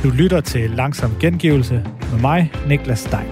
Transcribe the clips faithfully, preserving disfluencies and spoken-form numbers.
Du lytter til Langsom Gengivelse med mig, Niklas Stein.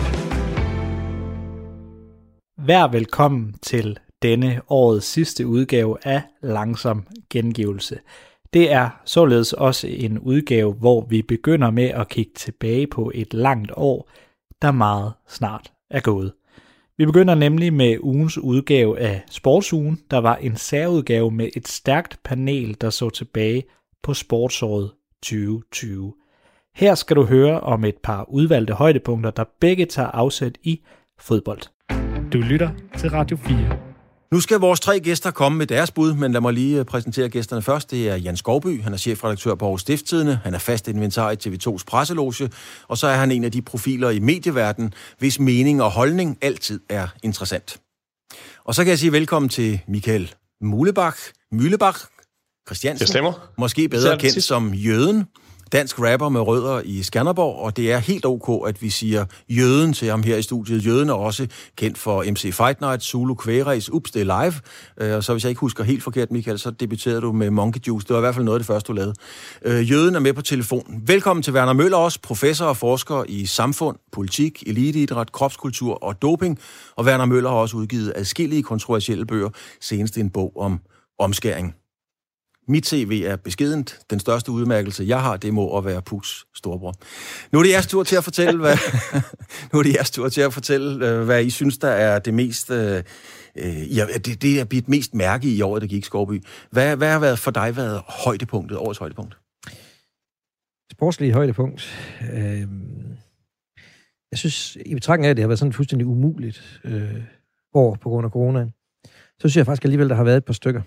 Vær velkommen til denne årets sidste udgave af Langsom Gengivelse. Det er således også en udgave, hvor vi begynder med at kigge tilbage på et langt år, der meget snart er gået. Vi begynder nemlig med ugens udgave af Sportsugen, der var en særudgave med et stærkt panel, der så tilbage på sportsåret tyve tyve. Her skal du høre om et par udvalgte højdepunkter, der begge tager afsæt i fodbold. Du lytter til Radio fire. Nu skal vores tre gæster komme med deres bud, men lad mig lige præsentere gæsterne først. Det er Jan Skovby, han er chefredaktør på Aarhus Stiftstidende, han er fast inventar i T V to's presseloge, og så er han en af de profiler i medieverdenen, hvis mening og holdning altid er interessant. Og så kan jeg sige velkommen til Michael Mulebach, Mühlebach Christiansen. Det stemmer. Måske bedre kendt som Jøden. Dansk rapper med rødder i Skanderborg, og det er helt ok, at vi siger Jøden til ham her i studiet. Jøden er også kendt for M C Fight Night, Zulu Kvægræs, Ups, det er live. Og så hvis jeg ikke husker helt forkert, Michael, så debuterede du med Monkey Juice. Det var i hvert fald noget af det første, du lavede. Jøden er med på telefonen. Velkommen til Werner Møller også, professor og forsker i samfund, politik, eliteidræt, kropskultur og doping. Og Werner Møller har også udgivet adskillige kontroversielle bøger, senest en bog om omskæring. Mit C V er beskedent. Den største udmærkelse, jeg har, det må at være Pugs storebror. Nu er det jeres tur til at fortælle, hvad, nu er det jeres tur til at fortælle, hvad I synes, der er det mest, øh, ja, det, det er blivet mest mærke i året, der gik, Skovby. Hvad, hvad har været for dig været højdepunktet, årets højdepunkt? Sportslige højdepunkt. Øh, jeg synes, i betragtning af, at det har været sådan fuldstændig umuligt øh, år på grund af coronaen, så synes jeg faktisk alligevel, der har været et par stykker.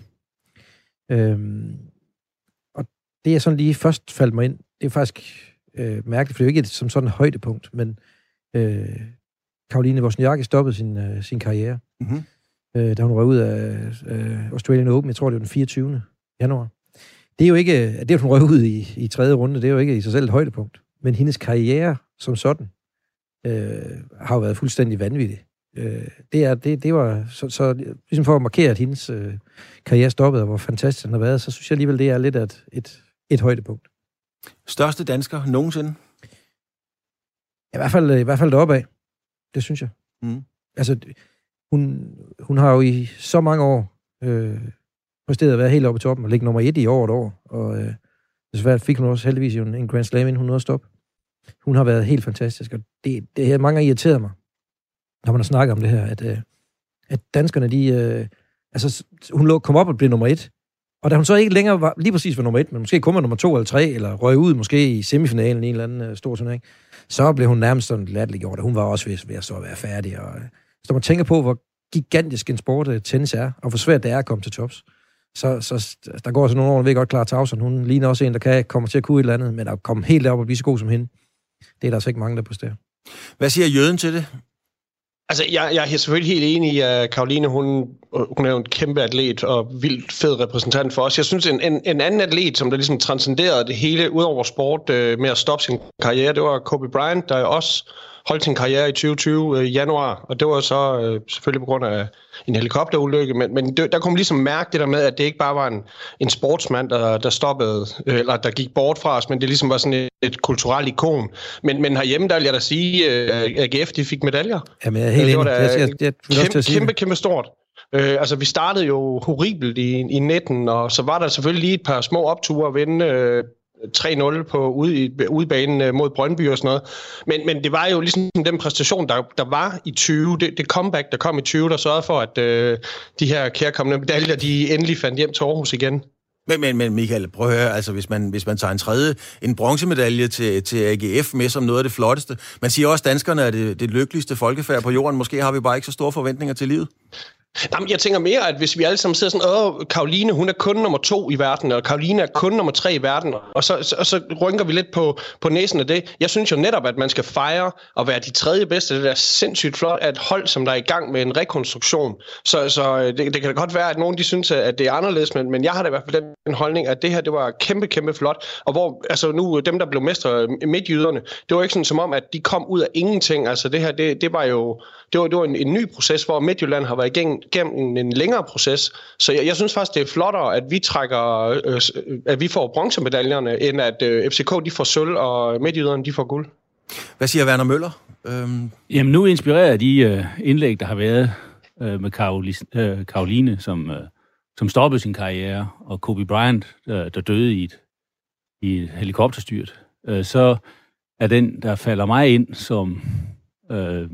Øhm, og det er sådan lige først faldt mig ind, det er faktisk øh, mærkeligt, for det er jo ikke som sådan et højdepunkt, men øh, Caroline Wozniacki stoppede sin, øh, sin karriere, mm-hmm. øh, da hun røg ud af øh, Australian Open, jeg tror det var den fireogtyvende januar. Det er jo ikke, det at hun røg ud i, i tredje runde, det er jo ikke i sig selv et højdepunkt, men hendes karriere som sådan øh, har jo været fuldstændig vanvittig. Øh, det, er, det, det var så, så ligesom for at markere, at hendes øh, karriere stoppede, og hvor fantastisk den har været, så synes jeg alligevel, det er lidt et, et, et højdepunkt. Største dansker nogensinde? I hvert fald, i hvert fald deroppe af. Det synes jeg. Mm. Altså, hun, hun har jo i så mange år øh, præsteret at være helt oppe i toppen, og ligge nummer et i år et år, og øh, desværre fik hun også heldigvis en, en Grand Slam, inden hun nåede at stoppe. Hun har været helt fantastisk, og det, det her mange har irriteret mig, når man har snakket om det her, at, øh, at danskerne, de... Øh, altså, hun lå, kom op og blev nummer et, og da hun så ikke længere var lige præcis var nummer et, men måske kun var nummer to eller tre, eller røg ud måske i semifinalen i en eller anden øh, stor turnering, så blev hun nærmest sådan latterliggjort, og hun var også ved, ved at så være færdig. Og, øh, så man tænker på, hvor gigantisk en sport øh, tennis er, og hvor svært det er at komme til tops. Så, så der går så nogle år, der ved godt Clara Tauson, hun ligner også en, der kan komme til at kunne et eller andet, men at komme helt op og blive så god som hende, det er der altså ikke mange, der præsterer. Hvad siger Jøden til det? Altså, jeg, jeg er selvfølgelig helt enig i, at Caroline, hun, hun er jo en kæmpe atlet og vildt fed repræsentant for os. Jeg synes, en, en, en anden atlet, som der ligesom transcenderede det hele ud over sport øh, med at stoppe sin karriere, det var Kobe Bryant, der også holdt sin karriere i tyve tyve øh, januar, og det var så øh, selvfølgelig på grund af en helikopterulykke, men, men det, der kunne man ligesom mærke det der med, at det ikke bare var en, en sportsmand, der, der stoppede, øh, eller der gik bort fra os, men det ligesom var sådan et, et kulturelt ikon. Men, men herhjemme, der vil jeg da sige, at øh, A G F, de fik medaljer. Jamen, jeg er helt enig. Jeg, jeg, jeg, jeg kæmpe, kæmpe, kæmpe stort. Øh, altså, vi startede jo horribelt i, i nitten, og så var der selvfølgelig lige et par små opture at vinde øh, tre nul på ude i udebanen mod Brøndby og sådan noget. Men, men det var jo ligesom den præstation, der, der var i tyve, det, det comeback, der kom i tyve, der sørgede for, at øh, de her kærkommende medaljer, de endelig fandt hjem til Aarhus igen. Men, men, men Michael, prøv at høre, altså hvis man, hvis man tager en tredje, en bronzemedalje til, til A G F med som noget af det flotteste. Man siger også, at danskerne er det, det lykkeligste folkefærd på jorden. Måske har vi bare ikke så store forventninger til livet. Jamen, jeg tænker mere, at hvis vi alle sammen sidder sådan, åh, Caroline, hun er kun nummer to i verden, og Caroline er kun nummer tre i verden, og så, så, så rynker vi lidt på, på næsen af det. Jeg synes jo netop, at man skal fejre og være de tredje bedste. Det er sindssygt flot at et hold, som der er i gang med en rekonstruktion. Så, så det, det kan da godt være, at nogen de synes, at det er anderledes, men, men jeg har da i hvert fald den holdning, at det her, det var kæmpe, kæmpe flot. Og hvor, altså nu, dem der blev mestre, midtjyderne, det var ikke sådan som om, at de kom ud af ingenting. Altså det her, det, det var jo det var, det var en, en ny proces, hvor Midtjylland har været igennem gennem en længere proces. Så jeg, jeg synes faktisk, det er flottere, at vi trækker, øh, at vi får bronzemedaljerne, end at øh, F C K de får sølv, og midtjyderne de får guld. Hvad siger Werner Møller? Øhm... Jamen nu inspirerer de øh, indlæg, der har været øh, med Karoline, øh, Karoline som, øh, som stoppede sin karriere, og Kobe Bryant, øh, der døde i et, i et helikopterstyrt, øh, så er den, der falder mig ind som øh,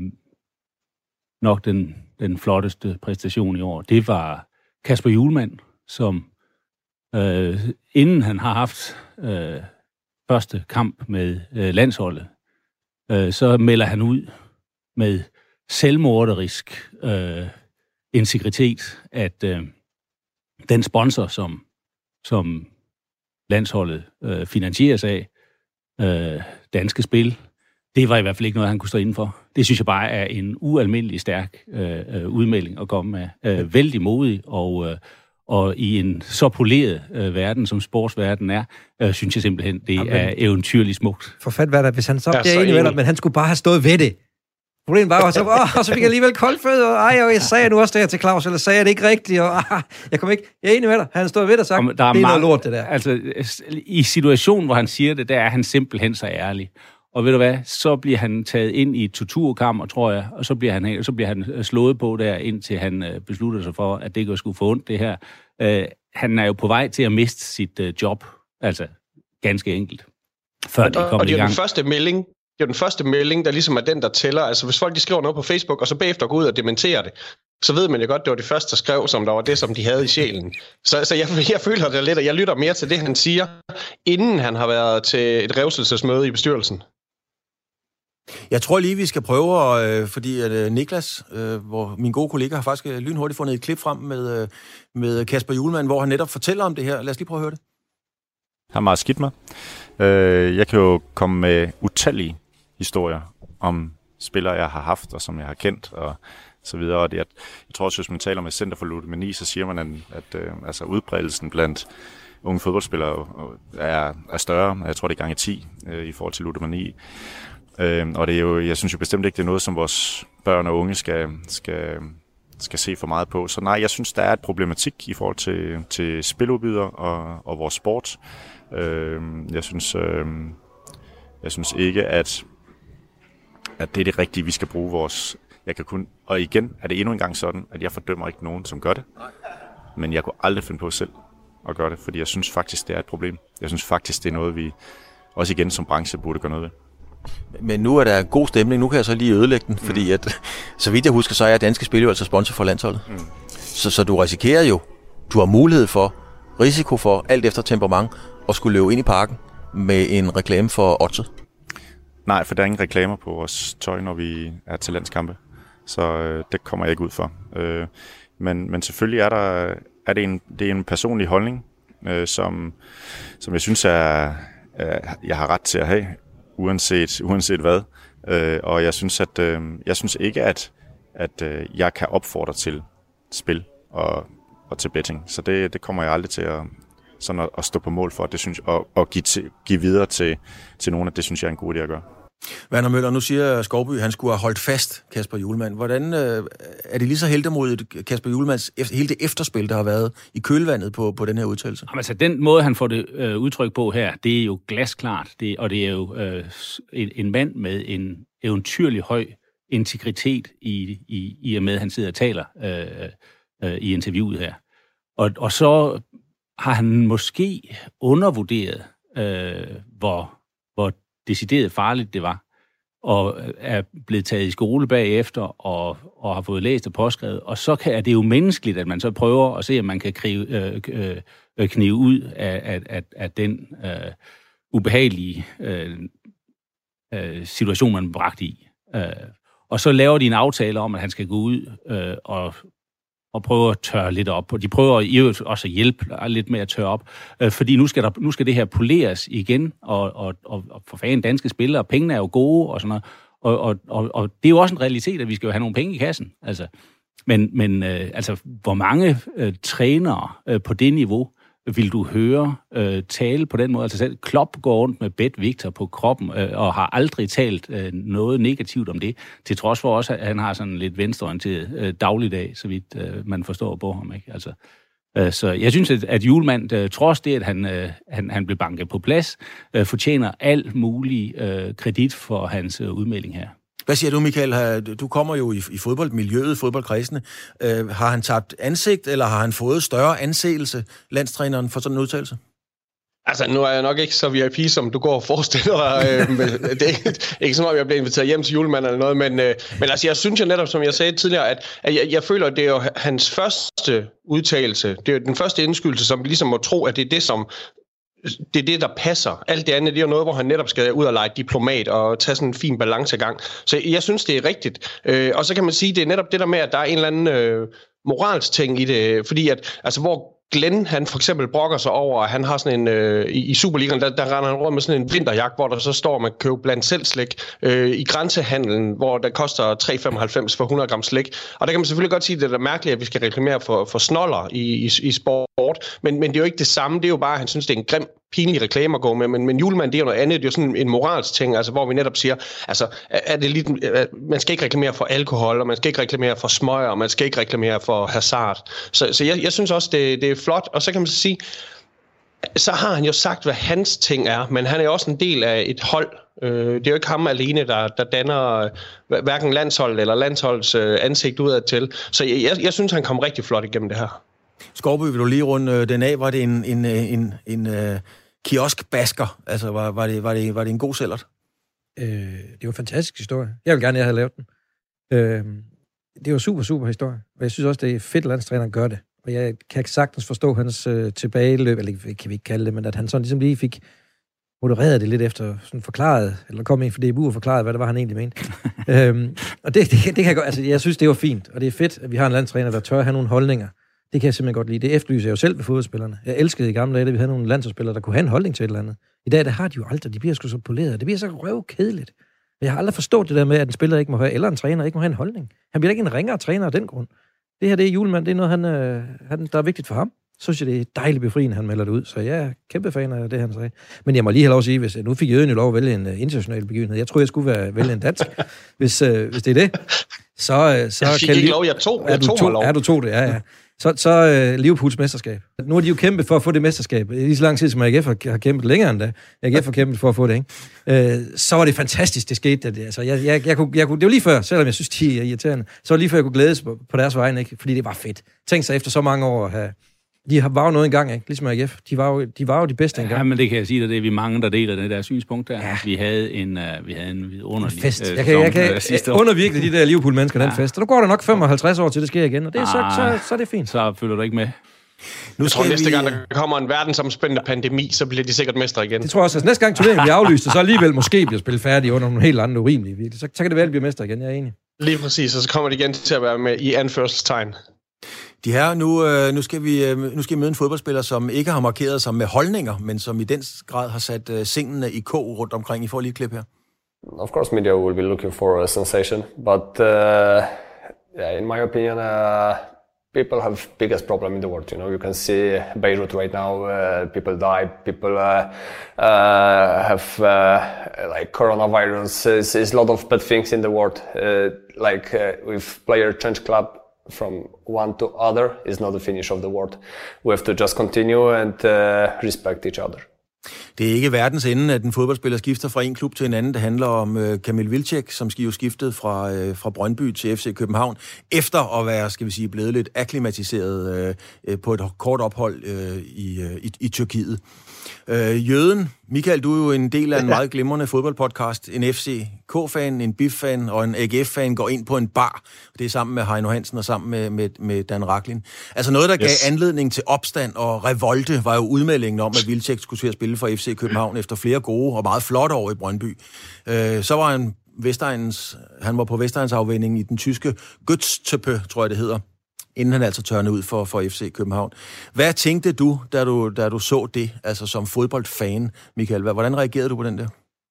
nok den, den flotteste præstation i år, det var Kasper Hjulmand, som øh, inden han har haft øh, første kamp med øh, landsholdet, øh, så melder han ud med selvmorderisk øh, integritet, at øh, den sponsor, som, som landsholdet øh, finansieres af, øh, Danske Spil, det var i hvert fald ikke noget, han kunne stå indenfor. Det synes jeg bare er en ualmindelig stærk øh, udmelding at komme med. Øh, vældig modig, og, øh, og i en så poleret øh, verden, som sportsverden er, øh, synes jeg simpelthen, det Jamen, er eventyrligt smukt. For fat hvad der, hvis han så bliver enig med dig, men han skulle bare have stået ved det. Problemet var, og så, åh, og så fik jeg alligevel koldfødder, og ej, og jeg sagde nu også det her til Claus, eller sagde jeg det ikke rigtigt, og ah, jeg kom ikke, jeg er enig med dig, han stod ved det og sagt, det er meget, noget lort, det der. Altså, i situationen, hvor han siger det, der er han simpelthen så ærlig. Og ved du hvad, så bliver han taget ind i et torturkammer, tror jeg, og så bliver han, så bliver han slået på der, indtil han beslutter sig for, at det ikke skulle få ondt, det her. Uh, han er jo på vej til at miste sit uh, job, altså ganske enkelt, før det kommer i gang. Og det er den første melding, det er den første melding, der ligesom er den, der tæller. Altså hvis folk de skriver noget på Facebook, og så bagefter går ud og dementerer det, så ved man jo godt, det var det første, der skrev, som der var det, som de havde i sjælen. Så, så jeg, jeg føler det lidt, og jeg lytter mere til det, han siger, inden han har været til et revselsesmøde i bestyrelsen. Jeg tror lige, vi skal prøve, øh, fordi at, øh, Niklas, øh, hvor min gode kollega, har faktisk lynhurtigt fundet et klip frem med, øh, med Kasper Hjulmand, hvor han netop fortæller om det her. Lad os lige prøve at høre det. Jeg har meget skidt med. Øh, jeg kan jo komme med utallige historier om spillere, jeg har haft, og som jeg har kendt, og så videre. Og det, jeg, jeg tror også, hvis man taler med Center for Ludomani, så siger man, at, at øh, altså udbredelsen blandt unge fodboldspillere er, er større. Jeg tror, det er gange ti øh, i forhold til ludomani. Øh, og det er jo, jeg synes jo bestemt ikke, det er noget, som vores børn og unge skal, skal, skal se for meget på. Så nej, jeg synes, der er et problematik i forhold til, til spiludbydere og, og vores sport. Øh, jeg synes, øh, jeg synes ikke, at, at det er det rigtige, vi skal bruge vores... Jeg kan kun, og igen er det endnu en gang sådan, at jeg fordømmer ikke nogen, som gør det. Men jeg kunne aldrig finde på selv at gøre det, fordi jeg synes faktisk, det er et problem. Jeg synes faktisk, det er noget, vi også igen som branche burde gøre noget ved. Men nu er der god stemning. Nu kan jeg så lige ødelægge den, mm. fordi at, så vidt jeg husker, så er Danske Spil jo altså sponsor for landsholdet. Mm. Så, så du risikerer jo, du har mulighed for, risiko for, alt efter temperament, at skulle løbe ind i parken med en reklame for oddset. Nej, for der er ingen reklamer på vores tøj, når vi er til landskampe. Så øh, det kommer jeg ikke ud for. Øh, men, men selvfølgelig er, der, er det, en, det er en personlig holdning, øh, som, som jeg synes, er, øh, jeg har ret til at have, uanset, uanset hvad. Øh, og jeg synes, at, øh, jeg synes ikke, at, at øh, jeg kan opfordre til spil og, og til betting. Så det, det kommer jeg aldrig til at, sådan at, at stå på mål for, det synes, og, og give, til, give videre til, til nogen, at det synes jeg er en god idé at gøre. Werner Møller, nu siger Skovby, at han skulle have holdt fast Kasper Hjulmand. Hvordan øh, er det lige så heldemodigt, Kasper Hjulmands, hele det efterspil, der har været i kølvandet på, på den her udtalelse? Jamen, altså, den måde, han får det øh, udtryk på her, det er jo glasklart, det, og det er jo øh, en, en mand med en eventyrlig høj integritet i, i, i og med, at han sidder og taler øh, øh, i interviewet her. Og, og så har han måske undervurderet, øh, hvor, hvor decideret farligt det var, og er blevet taget i skole bagefter, og, og har fået læst og påskrevet, og så kan, er det jo menneskeligt, at man så prøver at se, om man kan krive, øh, øh, knive ud af, af, af, af den øh, ubehagelige øh, øh, situation, man er bragt i. Øh, og så laver de en aftale om, at han skal gå ud øh, og og prøver at tørre lidt op. Og de prøver i øvrigt også at hjælpe lidt med at tørre op, øh, fordi nu skal, der, nu skal det her poleres igen, og, og, og, og for fanden danske spillere, pengene er jo gode, og sådan noget. Og, og, og, og det er jo også en realitet, at vi skal jo have nogle penge i kassen. Altså. Men, men øh, altså, hvor mange øh, trænere øh, på det niveau vil du høre øh, tale på den måde? Altså selv Klopp går rundt med Bet Victor på kroppen, øh, og har aldrig talt øh, noget negativt om det, til trods for også, at han har sådan lidt venstreorienteret øh, dagligdag, så vidt øh, man forstår på ham, ikke? Altså, øh, så jeg synes, at, at Hjulmand, øh, trods det, at han, øh, han, han blev banket på plads, øh, fortjener al mulig øh, kredit for hans øh, udmelding her. Hvad siger du, Michael? Du kommer jo i, i fodboldmiljøet, fodboldkredsene. Øh, har han tabt ansigt, eller har han fået større anseelse, landstræneren, for sådan en udtalelse? Altså, nu er jeg nok ikke så V I P, som du går og forestiller dig. Øh, det er ikke, ikke som om, jeg bliver inviteret hjem til Hjulmand eller noget, men, øh, men altså, jeg synes jo netop, som jeg sagde tidligere, at, at jeg, jeg føler, at det er jo hans første udtalelse. Det er jo den første indskydelse, som ligesom må tro, at det er det, som det er det, der passer. Alt det andet, det er jo noget, hvor han netop skal ud og lege diplomat og tage sådan en fin balancegang. Så jeg synes, det er rigtigt. Øh, og så kan man sige, det er netop det der med, at der er en eller anden øh, moralsting i det. Fordi at, altså hvor Glenn, han for eksempel brokker sig over, at han har sådan en, øh, i, i Superligaen, der, der render han rundt med sådan en vinterjagt, hvor der så står, man kan købe blandt selv slik øh, i grænsehandlen, hvor der koster tre komma femoghalvfems for hundrede gram slik. Og der kan man selvfølgelig godt sige, at det er mærkeligt, at vi skal reklamere for, for snoller i, i, i sport, men, men det er jo ikke det samme. Det er jo bare, at han synes, det er en grim, pinlig reklame at gå med, men, men Hjulmand, det er jo noget andet. Det er jo sådan en moralsk ting, altså, hvor vi netop siger, altså, er det lidt, man skal ikke reklamere for alkohol, og man skal ikke reklamere for smøger, og man skal ikke reklamere for hasard. Så, så jeg, jeg synes også, det, det er flot, og så kan man så sige, så har han jo sagt, hvad hans ting er, men han er jo også en del af et hold. Det er jo ikke ham alene, der, der danner hverken landshold eller landsholds ansigt udad til. Så jeg, jeg, jeg synes, han kom rigtig flot igennem det her. Skovby, vil du lige runde den af? Var det en, en, en, en uh, kioskbasker? Altså, var, var, det, var, det, var det en god sælgert? Øh, det var en fantastisk historie. Jeg vil gerne, at jeg havde lavet den. Øh, det var super, super historie. Og jeg synes også, det er fedt, at landstræneren gør det. Og jeg kan sagtens forstå hans øh, tilbageløb, eller kan vi ikke kalde det, men at han sådan ligesom lige fik modereret det lidt efter, sådan forklaret, eller kom ind for D B U og forklaret, hvad det var, han egentlig mente. øhm, og det, det, det kan jeg godt, altså jeg synes, det var fint, og det er fedt, at vi har en landstræner, der tør have nogle holdninger. Det kan jeg simpelthen godt lide. Det efterlyser jeg jo selv ved fodboldspillerne. Jeg elskede i gamle dage, at vi havde nogle landsholdsspillere, der kunne have en holdning til et eller andet. I dag, der har de jo aldrig. De bliver sgu så poleret. Det bliver så røvkedeligt. Jeg har aldrig forstået det der med, at en spiller ikke må have, eller en træner ikke må have en holdning. Han bliver ikke en ringere træner af den grund. Det her, det er Hjulmand. Det er noget, han, øh, han, der er vigtigt for ham. Så synes jeg, det er dejligt befriende, han melder det ud. Så jeg er kæmpe fan af det, han sagde. Men jeg må lige have lov at sige, hvis nu fik Jøden jo lov at vælge en uh, international begivenhed. Jeg tror, jeg skulle være, vælge en dansk. hvis, uh, hvis det er det, så... Uh, så jeg fik kan ikke li- lov, jeg tog, jeg er du tog, to, mig lov. Er du tog det, ja, ja. Så, så uh, Liverpools mesterskab. Nu er de jo kæmpet for at få det mesterskab. Lige så lang tid, som A G F har, har kæmpet længere end da. A G F har kæmpet for at få det, ikke? Uh, så var det fantastisk, det skete. Det, altså, jeg, jeg, jeg kunne, jeg kunne, det var lige før, selvom jeg synes, de er irriterende, så var det lige før, jeg kunne glædes på, på deres vegne, ikke? Fordi det var fedt. Tænk sig efter så mange år at have... De var jo noget engang, ikke? Ligesom A G F. De var jo, de var jo de bedste engang. Ja, men det kan jeg sige dig, det er vi mange, der deler det der synspunkt der. Ja. Vi havde en, uh, vi havde en vidunderlig en fest. Uh, jeg kan, jeg kan uh, undervirkelig de der Liverpool-mennesker, ja. Den fest. Og nu går der nok femoghalvtreds år til, det sker igen, og det er, ah, så, så, så er det fint. Så følger du ikke med. Nu jeg tror, næste vi... gang, der kommer en verdensomspændende pandemi, så bliver de sikkert mestre igen. Det tror jeg også. Altså, næste gang turneringen bliver aflyst, og så alligevel måske bliver spillet færdigt under nogle helt andre urimelige. Så, så kan det være, at de bliver mestre igen, jeg er enig. Lige præcis, og så kommer de igen til at være med i anførselstegn. De her, nu, øh, nu, skal vi, øh, nu skal vi møde en fodboldspiller, som ikke har markeret sig med holdninger, men som i den grad har sat øh, singene i kog rundt omkring. I får lige et klip her. Of course, media will be looking for a sensation, but uh, yeah, in my opinion, uh, people have biggest problem in the world. You know, you can see Beirut right now. Uh, people die. People uh, uh, have uh, like coronavirus. There's, there's a lot of bad things in the world. Uh, like uh, if player change club from one to other is not the finish of the world. We have to just continue and uh, respect each other. Det er ikke verdens ende, at en fodboldspiller skifter fra en klub til en anden. Det handler om uh, Kamil Vilcek, som jo skiftede fra, uh, fra Brøndby til F C København, efter at være, skal vi sige, blevet lidt akklimatiseret uh, på et kort ophold uh, i, uh, i, i Tyrkiet. Uh, Jøden, Michael, du er jo en del af en meget glimrende fodboldpodcast. En F C K-fan, en B I F-fan og en A G F-fan går ind på en bar. Det er sammen med Heino Hansen og sammen med, med, med Dan Rachlin. Altså noget, der gav yes. anledning til opstand og revolte, var jo udmeldingen om, at Vilcek skulle til at spille for F C København efter flere gode og meget flotte år i Brøndby. Uh, så var han, Vestegnens, han var på Vestegns afvinding i den tyske Götztöppe, tror jeg det hedder, inden han altså tørnede ud for, for F C København. Hvad tænkte du, da du, da du så det, altså som fodboldfan, Michael? Hvordan reagerede du på den der?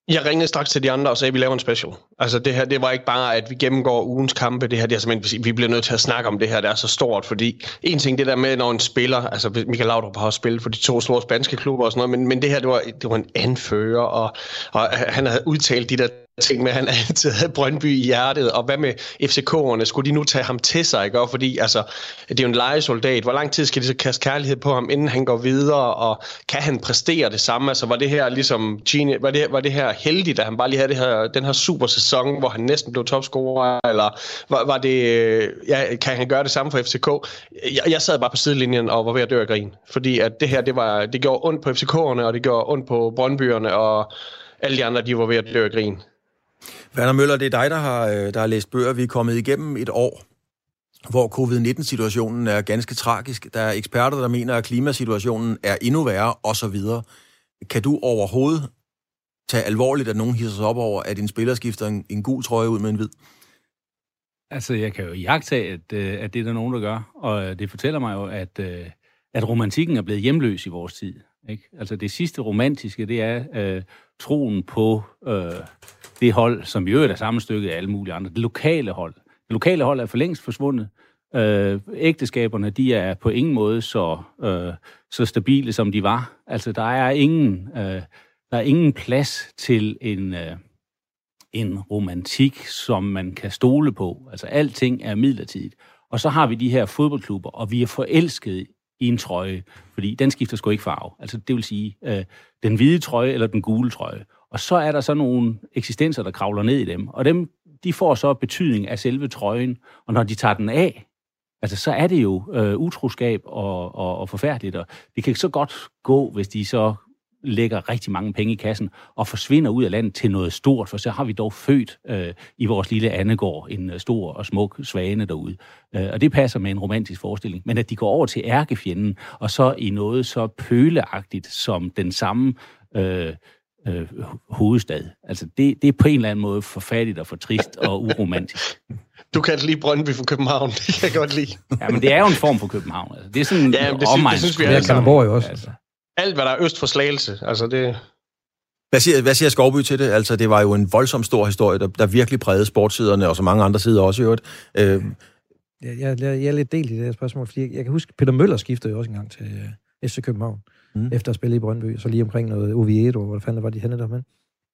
Jeg ringede straks til de andre og sagde, at vi laver en special. Altså det her, det var ikke bare, at vi gennemgår ugens kampe. Det her, det er simpelthen, vi bliver nødt til at snakke om det her, det er så stort, fordi en ting det der med, når en spiller, altså Michael Laudrup har spillet for de to store spanske klubber og sådan noget, men, men det her, det var, det var en anfører, og, og han havde udtalt de der ting med, at han altid havde Brøndby i hjertet, og hvad med F C K'erne? Skulle de nu tage ham til sig, ikke? Fordi altså, det er jo en lejesoldat. Hvor lang tid skal de så kaste kærlighed på ham, inden han går videre, og kan han præstere det samme? Altså, var det her ligesom Gini, var det, var det her heldigt, at han bare lige havde det her, den her super sæson, hvor han næsten blev topscorer, eller var, var det, ja, kan han gøre det samme for F C K? Jeg, jeg sad bare på sidelinjen og var ved at dø af grin, fordi at det her, det, var, det gjorde ondt på F C K'erne, og det gjorde ondt på Brøndbyerne, og alle de andre, de var ved at dø af grin. Werner Møller, det er dig, der har, der har læst bøger. Vi er kommet igennem et år, hvor covid nitten-situationen er ganske tragisk. Der er eksperter, der mener, at klimasituationen er endnu værre, osv. Kan du overhovedet tage alvorligt, at nogen hisser sig op over, at en spiller skifter en, en gul trøje ud med en hvid? Altså, jeg kan jo iagttage, at, at det er der nogen, der gør. Og det fortæller mig jo, at, at romantikken er blevet hjemløs i vores tid. Ikke? Altså, det sidste romantiske, det er øh, troen på øh, det hold, som i øvrigt er sammenstykket af alle mulige andre. Det lokale hold. Det lokale hold er for længst forsvundet. Øh, ægteskaberne, de er på ingen måde så, øh, så stabile, som de var. Altså, der er ingen, øh, der er ingen plads til en, øh, en romantik, som man kan stole på. Altså, alting er midlertidigt. Og så har vi de her fodboldklubber, og vi er forelskede i en trøje, fordi den skifter sgu ikke farve. Altså, det vil sige, øh, den hvide trøje eller den gule trøje. Og så er der så nogle eksistenser, der kravler ned i dem, og dem, de får så betydning af selve trøjen, og når de tager den af, altså, så er det jo øh, utroskab og, og, og forfærdeligt, og det kan så godt gå, hvis de så lægger rigtig mange penge i kassen og forsvinder ud af landet til noget stort, for så har vi dog født øh, i vores lille Annegård en øh, stor og smuk svane derude. Øh, og det passer med en romantisk forestilling. Men at de går over til ærkefjenden, og så i noget så pøleagtigt som den samme øh, øh, hovedstad. Altså det, det er på en eller anden måde for fattigt og for trist og uromantisk. Du kan lige Brøndby fra København, det kan jeg godt lide. Ja, men det er jo en form for København. Altså. Det er sådan ja, det, synes, det synes vi alle sammen. Jo også. Altså. Alt, hvad der er øst for Slagelse, altså det... Hvad siger, hvad siger Skovby til det? Altså, det var jo en voldsom stor historie, der, der virkelig prægede sportssiderne, og så mange andre sider også i øvrigt. Øh... Jeg, jeg, jeg er lidt delt i det her spørgsmål, fordi jeg kan huske, Peter Møller skiftede jo også en gang til F C København, mm. efter at spille i Brøndby, så lige omkring noget Oviedo, hvor fanden var de henne der, men...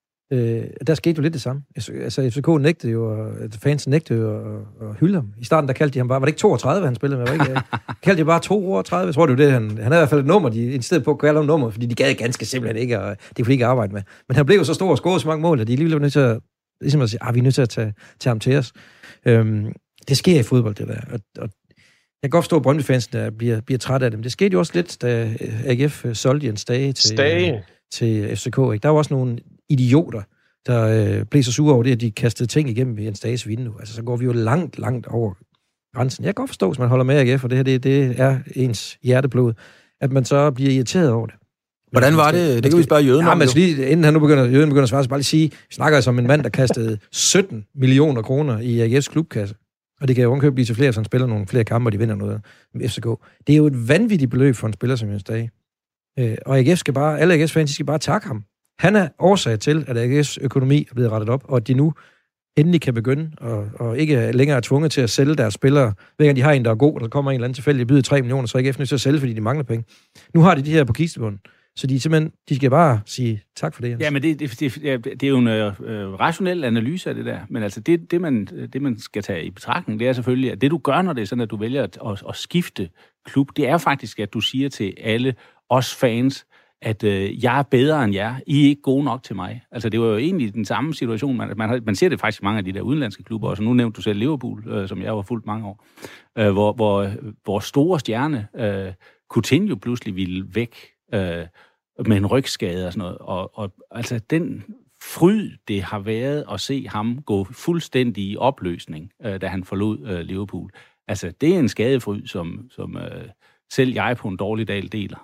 Øh, der skete jo lidt det samme. Altså, F C K nægtede jo, og fans nægtede jo at hylde ham. I starten, der kaldte de ham bare, var det ikke toogtredive, han spillede med? Var ikke, kaldte de bare toogtredive? Jeg tror, det var det, han... Han havde i hvert fald et nummer, de insisterede på at kalde ham nummer, fordi de gad ganske simpelthen ikke, og det kunne de ikke arbejde med. Men han blev jo så stor og scorede så mange mål, at de lige blev nødt til at, ligesom at sige, ah, vi er nødt til at tage, tage ham til os. Øhm, det sker i fodbold, det der. Og, og jeg kan godt forstå, at Brøndby-fansen der bliver, bliver træt af dem. Det skete jo også lidt, da A G F solgte Jens Stage til, Stage. til F C K. Ikke? Der var også nogle idioter, der øh, blev så sure over det, at de kastede ting igennem i en Stages vindue. Altså, så går vi jo langt, langt over grænsen. Jeg kan godt forstå, hvis man holder med A G F, og det her, det, det er ens hjerteblod, at man så bliver irriteret over det. Hvordan var det? Det kan vi spørge Jøden ja, om. Men lige, inden han nu begynder, Jøden begynder at svare, så bare lige sige, vi snakker altså om en mand, der kastede sytten millioner kroner i A G F's klubkasse. Og det kan jo omkøbe blive til flere, så han spiller nogle flere kampe, og de vinder noget med F C K. Det er jo et vanvittigt beløb for en spiller som Jens Stage. Øh, og A G F skal bare, alle A G F's-fans skal bare takke ham. Han er årsag til, at A G F's økonomi er blevet rettet op, og at de nu endelig kan begynde, og, og ikke længere er tvunget til at sælge deres spillere. Hver gang de har en, der er god, og der kommer en eller anden tilfældig, byder tre millioner, så er A G F nødt til at sælge, fordi de mangler penge. Nu har de de her på kistebunden, så de simpelthen, de skal bare sige tak for det. Ja, men det, det, det, det er jo en øh, rationel analyse af det der, men altså det, det, man, det, man skal tage i betragtning, det er selvfølgelig, at det du gør, når det er sådan, at du vælger at, at, at skifte klub, det er faktisk, at du siger til alle os fans, at øh, jeg er bedre end jer. I er ikke gode nok til mig. Altså, det var jo egentlig den samme situation. Man, man, man ser det faktisk i mange af de der udenlandske klubber, og så nu nævnte du selv Liverpool, øh, som jeg var fuldt mange år, øh, hvor, hvor, hvor store stjerne, øh, Coutinho pludselig ville væk øh, med en rygskade og sådan noget. Og, og altså, den fryd, det har været at se ham gå fuldstændig i opløsning, øh, da han forlod øh, Liverpool. Altså, det er en skadefryd, som, som øh, selv jeg på en dårlig dag deler.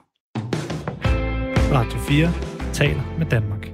Radio fire taler med Danmark.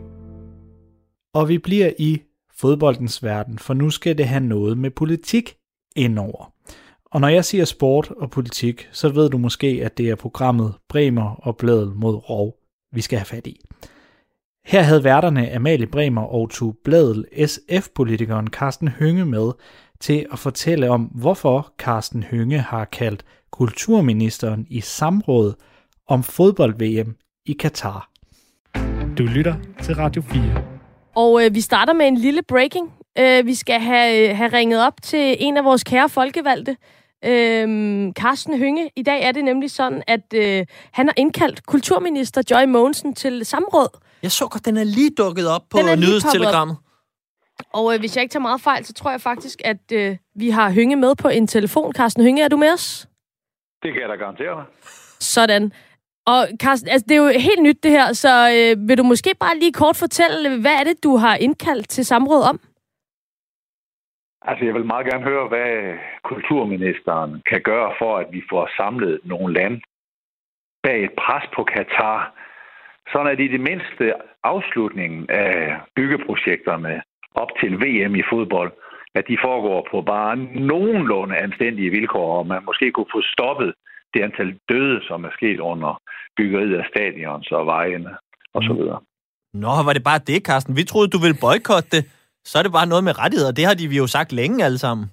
Og vi bliver i fodboldens verden, for nu skal det have noget med politik indover. Og når jeg siger sport og politik, så ved du måske, at det er programmet Bremer og Blædel mod Rov, vi skal have fat i. Her havde værterne Amalie Bremer og Tue Blædel S F-politikeren Karsten Hønge med til at fortælle om, hvorfor Karsten Hønge har kaldt kulturministeren i samråd om fodbold-V M i Katar. Du lytter til Radio fire. Og øh, vi starter med en lille breaking. Øh, vi skal have, have ringet op til en af vores kære folkevalgte, øh, Karsten Hønge. I dag er det nemlig sådan, at øh, han har indkaldt kulturminister Joy Mogensen til samråd. Jeg så godt, den er lige dukket op på nyhedstelegrammet. Og øh, hvis jeg ikke tager meget fejl, så tror jeg faktisk, at øh, vi har Hønge med på en telefon. Karsten Hønge, er du med os? Det kan jeg da garantere dig. Sådan. Og Karsten, altså, det er jo helt nyt det her, så øh, vil du måske bare lige kort fortælle, hvad er det, du har indkaldt til samråd om? Altså, jeg vil meget gerne høre, hvad kulturministeren kan gøre for, at vi får samlet nogle lande bag et pres på Katar, sådan at i det mindste afslutningen af byggeprojekterne op til V M i fodbold, at de foregår på bare nogenlunde anstændige vilkår, og man måske kunne få stoppet det antal døde, som er sket under byggeriet af stadions og vejene osv. Nå, var det bare det, Karsten? Vi troede, du ville boykotte det. Så er det bare noget med rettigheder. Det har de vi jo sagt længe alle sammen.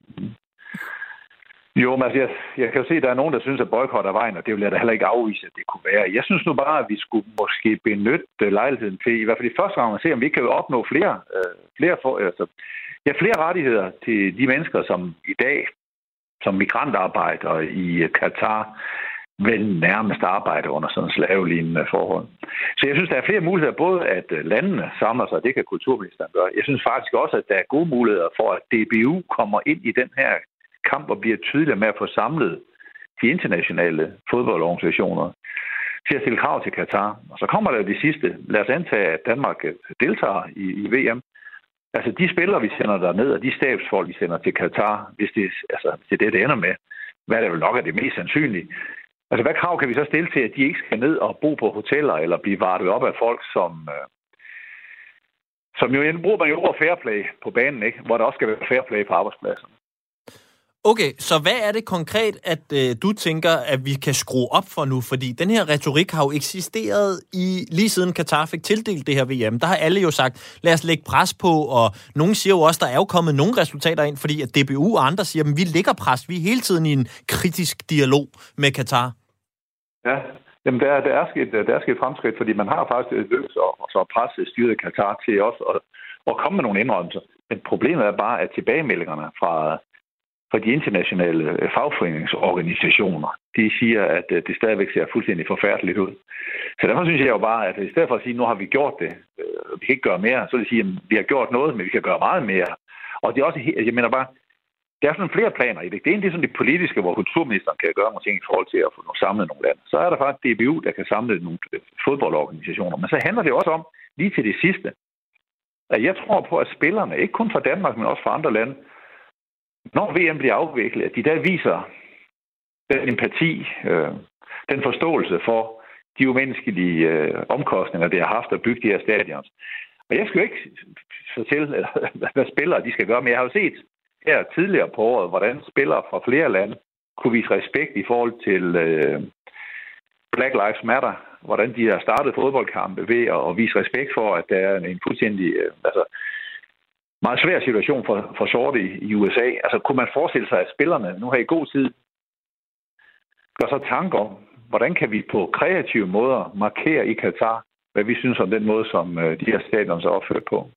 Jo, men altså, jeg, jeg kan jo se, at der er nogen, der synes, at boykot er vejen, og det vil jeg da heller ikke afvise, at det kunne være. Jeg synes nu bare, at vi skulle måske benytte lejligheden til, i hvert fald i første gang, at se, om vi kan opnå flere, øh, flere, for, altså, ja, flere rettigheder til de mennesker, som i dag, som migrantarbejdere i Katar, vel nærmest arbejder under sådan en slavelignende forhold. Så jeg synes, der er flere muligheder, både at landene samler sig, det kan kulturministeren gøre. Jeg synes faktisk også, at der er gode muligheder for, at D B U kommer ind i den her kamp og bliver tydeligere med at få samlet de internationale fodboldorganisationer til at stille krav til Katar. Og så kommer der jo det sidste. Lad os antage, at Danmark deltager i, i V M. Altså de spillere, vi sender derned, og de stabsfolk, vi sender til Katar, hvis det, altså, hvis det er det, det ender med, hvad der vel nok er det mest sandsynlige. Altså hvad krav kan vi så stille til, at de ikke skal ned og bo på hoteller, eller blive vartet op af folk, som... Øh, som jo bruger man jo over fair play på banen, ikke? Hvor der også skal være fair play på arbejdspladsen. Okay, så hvad er det konkret, at øh, du tænker, at vi kan skrue op for nu? Fordi den her retorik har jo eksisteret i lige siden Katar fik tildelt det her V M. Der har alle jo sagt, lad os lægge pres på, og nogen siger jo også, der er jo kommet nogle resultater ind, fordi at D B U og andre siger, at vi lægger pres. Vi er hele tiden i en kritisk dialog med Katar. Ja, jamen der, der, er sket, der er sket fremskridt, fordi man har faktisk lykkes og så presse styret Katar til også at, at komme med nogle indrømmelser. Men problemet er bare, at tilbagemeldingerne fra For de internationale fagforeningsorganisationer, de siger, at det stadigvæk ser fuldstændig forfærdeligt ud. Så derfor synes jeg jo bare, at i stedet for at sige, at nu har vi gjort det, vi kan ikke gøre mere, så vil jeg sige, at vi har gjort noget, men vi kan gøre meget mere. Og det er også, jeg mener bare, der er sådan flere planer i det. Det ene det er sådan det politiske, hvor kulturministeren kan gøre nogle ting i forhold til at få samlet nogle lande. Så er der faktisk D B U, der kan samle nogle fodboldorganisationer. Men så handler det også om, lige til det sidste, at jeg tror på, at spillerne, ikke kun fra Danmark, men også fra andre lande, når V M bliver afviklet, at de der viser den empati, øh, den forståelse for de umenneskelige øh, omkostninger, det har haft at bygge de her stadions. Og jeg skal jo ikke fortælle, hvad spillere de skal gøre, men jeg har jo set her tidligere på året, hvordan spillere fra flere lande kunne vise respekt i forhold til øh, Black Lives Matter, hvordan de har startet fodboldkampe ved at vise respekt for, at der er en fuldstændig... Øh, altså, meget svær situation for, for sorte i, i U S A. Altså, kunne man forestille sig, at spillerne nu har i god tid gør så tanker om, hvordan kan vi på kreative måder markere i Katar, hvad vi synes om den måde, som øh, de her stadions er opført på.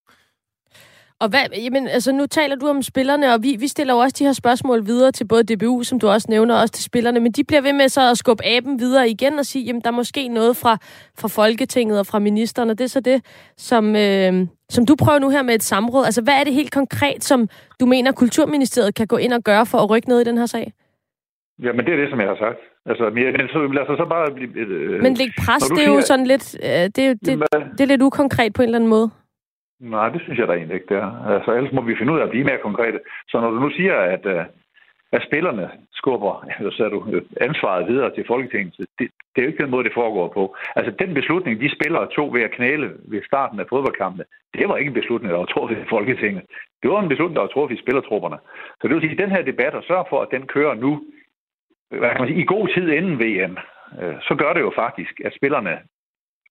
Og hvad, jamen, altså nu taler du om spillerne, og vi, vi stiller jo også de her spørgsmål videre til både D B U, som du også nævner, og også til spillerne, men de bliver ved med så at skubbe aben videre igen og sige, jamen der er måske noget fra, fra Folketinget og fra ministeren, og det er så det, som, øh, som du prøver nu her med et samråd. Altså hvad er det helt konkret, som du mener, Kulturministeriet kan gå ind og gøre for at rykke ned i den her sag? Jamen det er det, som jeg har sagt. Altså, men så, lad os så bare blive... Øh, men læg pres, det er jo siger, sådan lidt, øh, det, er, det, jamen, det er lidt ukonkret på en eller anden måde. Nej, det synes jeg da egentlig ikke, det er. Altså, ellers må vi finde ud af at blive mere konkrete. Så når du nu siger, at, at spillerne skubber så er du ansvaret videre til Folketinget, det, det er jo ikke den måde, det foregår på. Altså, den beslutning, de spillere tog ved at knæle ved starten af fodboldkampene, det var ikke en beslutning, der var truffet i Folketinget. Det var en beslutning, der var truffet i spillertrupperne. Så det vil sige, at den her debat, og sørge for, at den kører nu, hvad kan man sige, i god tid inden V M, så gør det jo faktisk, at spillerne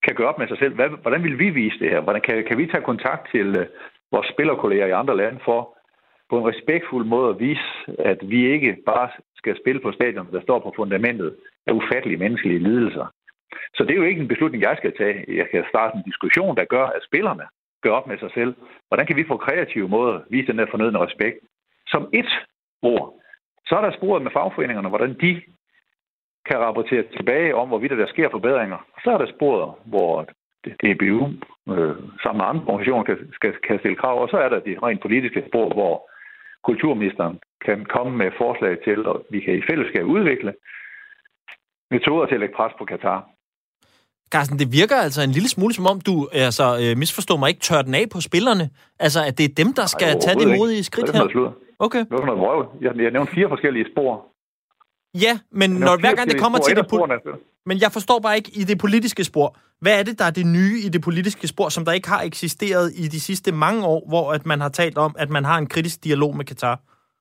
kan gøre op med sig selv, hvad, hvordan vil vi vise det her? Hvordan kan, kan vi tage kontakt til uh, vores spillerkolleger i andre lande for på en respektfuld måde at vise, at vi ikke bare skal spille på stadion, der står på fundamentet af ufattelige menneskelige lidelser. Så det er jo ikke en beslutning, jeg skal tage. Jeg kan starte en diskussion, der gør, at spillerne gør op med sig selv. Hvordan kan vi på kreative måder vise den der fornødne respekt? Som et spor. Så er der sporet med fagforeningerne, hvordan de kan rapportere tilbage om, hvorvidt der sker forbedringer. Så er der sporet, hvor D B U øh, sammen med andre organisationer kan, skal, kan stille krav. Og så er der de rent politiske spor, hvor kulturministeren kan komme med forslag til, og vi kan i fællesskab udvikle metoder til at lægge pres på Katar. Carsten, det virker altså en lille smule, som om du altså, misforstår mig, ikke tør den af på spillerne. Altså, at det er dem, der skal Ej, tage de modige skridt her. Okay. Det var noget vrøv. Jeg, jeg nævnte fire forskellige spor. Ja, men når, hver gang det kommer til det... Po- men jeg forstår bare ikke i det politiske spor. Hvad er det, der er det nye i det politiske spor, som der ikke har eksisteret i de sidste mange år, hvor at man har talt om, at man har en kritisk dialog med Katar?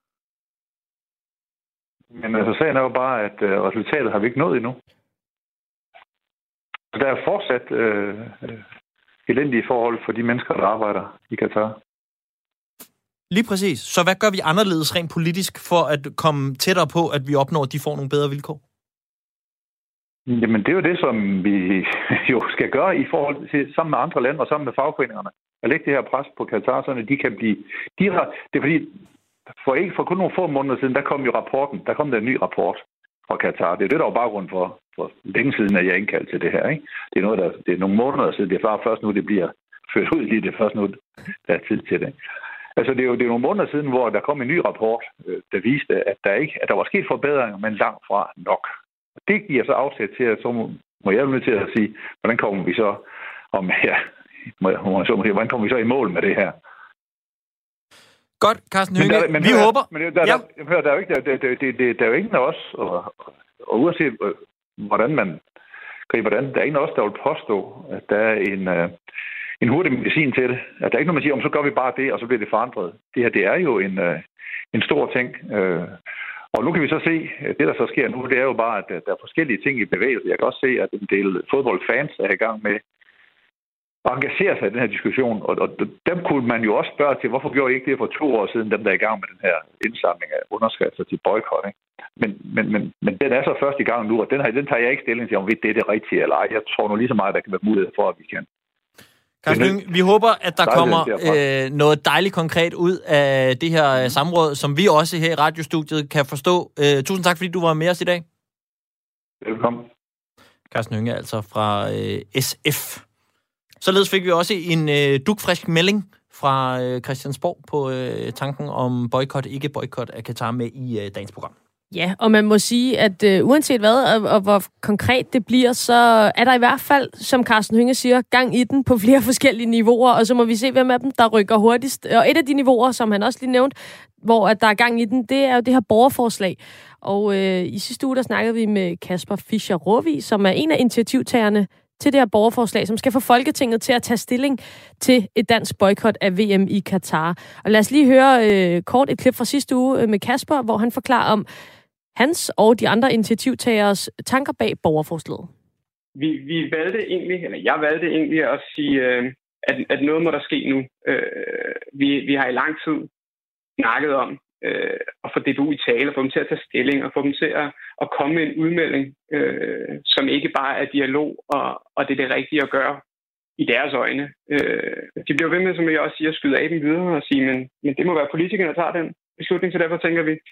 Men altså, sagen er jo bare, at øh, resultatet har vi ikke nået endnu. Der er fortsat øh, elendige forhold for de mennesker, der arbejder i Katar. Lige præcis. Så hvad gør vi anderledes rent politisk for at komme tættere på, at vi opnår, at de får nogle bedre vilkår? Jamen, det er jo det, som vi jo skal gøre i forhold til sammen med andre lande og sammen med fagforeningerne. At lægge det her pres på Katar, så de kan blive... De har, det er fordi, for, ikke, for kun nogle få måneder siden, der kom jo rapporten. Der kom der en ny rapport fra Katar. Det er det, der var baggrund for, for længe siden, at jeg indkaldt til det her. Ikke? Det er noget, der, det er nogle måneder siden. Det er bare først nu, det bliver ført ud lige. Det er først nu, der er tid til det. Altså, det er jo det er nogle måneder siden, hvor der kom en ny rapport, der viste, at der ikke at der var sket forbedringer, men langt fra nok. Og det giver så afsæt til, at så må, må jeg jo nødt til at sige, hvordan kommer vi så om her, hvordan kommer vi så i mål med det her? Godt, Carsten Hønge. Men der, men vi hør, håber. Men der, der, ja. der, der, er jo ikke, der, der, der, der, der er jo ingen af os, og, og uanset hvordan man griber den, der er ingen af os, der vil påstå, at der er en, uh, en hurtig medicin til det. At der er ikke noget, man siger, om så gør vi bare det, og så bliver det forandret. Det her, det er jo en, uh, en stor ting. Uh, og nu kan vi så se, at det, der så sker nu, det er jo bare, at der er forskellige ting i bevægelse. Jeg kan også se, at en del fodboldfans er i gang med at engagere sig i den her diskussion, og, og dem kunne man jo også spørge til, hvorfor gjorde I ikke det for to år siden, dem der er i gang med den her indsamling af underskrifter til boykot, ikke? Men, men, men, men den er så først i gang nu, og den, her, den tager jeg ikke stilling til, om det er det rigtige eller ej. Jeg tror nu lige så meget, der kan være mulighed for, at vi kan. Carsten, vi håber, at der kommer øh, noget dejligt konkret ud af det her øh, samråd, som vi også her i radiostudiet kan forstå. Øh, tusind tak, fordi du var med os i dag. Velkommen. Carsten Hønge, altså fra øh, S F. Således fik vi også en øh, dugfrisk melding fra øh, Christiansborg på øh, tanken om boykot, ikke boykot af Katar med i øh, dagens program. Ja, og man må sige, at øh, uanset hvad og, og hvor konkret det bliver, så er der i hvert fald, som Carsten Hønge siger, gang i den på flere forskellige niveauer, og så må vi se, hvem af dem, der rykker hurtigst. Og et af de niveauer, som han også lige nævnte, hvor at der er gang i den, det er jo det her borgerforslag. Og øh, i sidste uge, der snakkede vi med Kasper Fischer-Råvig, som er en af initiativtagerne til det her borgerforslag, som skal få Folketinget til at tage stilling til et dansk boykot af V M i Katar. Og lad os lige høre øh, kort et klip fra sidste uge med Kasper, hvor han forklarer om hans og de andre initiativtageres tanker bag borgerforslaget. Vi, vi valgte egentlig, eller jeg valgte egentlig at sige, øh, at, at noget må der ske nu. Øh, vi, vi har i lang tid snakket om øh, at få D B U i tale, og få dem til at tage stilling, og få dem til at, at komme med en udmelding, øh, som ikke bare er dialog, og, og det er det rigtige at gøre i deres øjne. Øh, de bliver ved med, som jeg også siger, at skyde af dem videre og sige, men, men det må være politikerne, der tager den beslutning, så derfor tænker vi,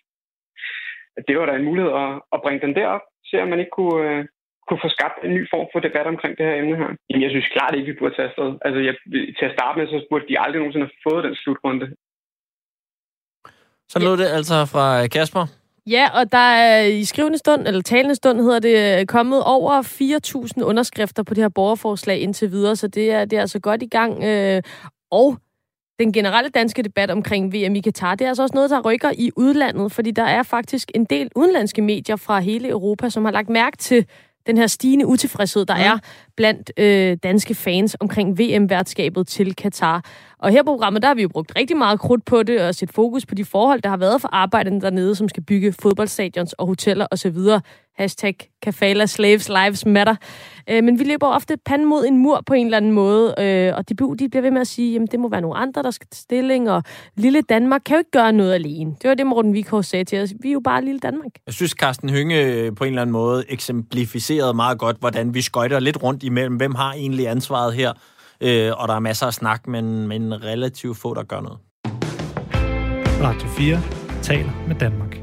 at det var der en mulighed at, at bringe den derop, så at man ikke kunne, øh, kunne få skabt en ny form for debat omkring det her emne her. Jamen, jeg synes klart ikke, vi burde tage afsted. Altså, jeg, til at starte med, så burde de aldrig nogensinde have fået den slutrunde. Så lød det altså fra Kasper. Ja, og der er i skrivende stund, eller talende stund hedder det, kommet over fire tusind underskrifter på det her borgerforslag indtil videre, så det er, det er altså godt i gang. Øh, og den generelle danske debat omkring V M i Katar, det er altså også noget, der rykker i udlandet, fordi der er faktisk en del udenlandske medier fra hele Europa, som har lagt mærke til den her stigende utilfredshed, der ja. er blandt øh, danske fans omkring V M-værtskabet til Katar. Og her på programmet, der har vi jo brugt rigtig meget krudt på det, og sætte fokus på de forhold, der har været for arbejderne dernede, som skal bygge fodboldstadions og hoteller osv. Hashtag Kafala Slaves Lives Matter. Øh, men vi løber ofte panden mod en mur på en eller anden måde, øh, og D B U, de bliver ved med at sige, jamen det må være nogle andre, der skal til stilling, og lille Danmark kan jo ikke gøre noget alene. Det var det, Morten Wieghorst sagde til os. Vi er jo bare lille Danmark. Jeg synes, Carsten Hønge på en eller anden måde eksemplificerede meget godt, hvordan vi skøjter lidt rundt imellem, hvem har egentlig ansvaret her, øh, og der er masser af snak, men, men relativt få, der gør noget. Radio fire taler med Danmark.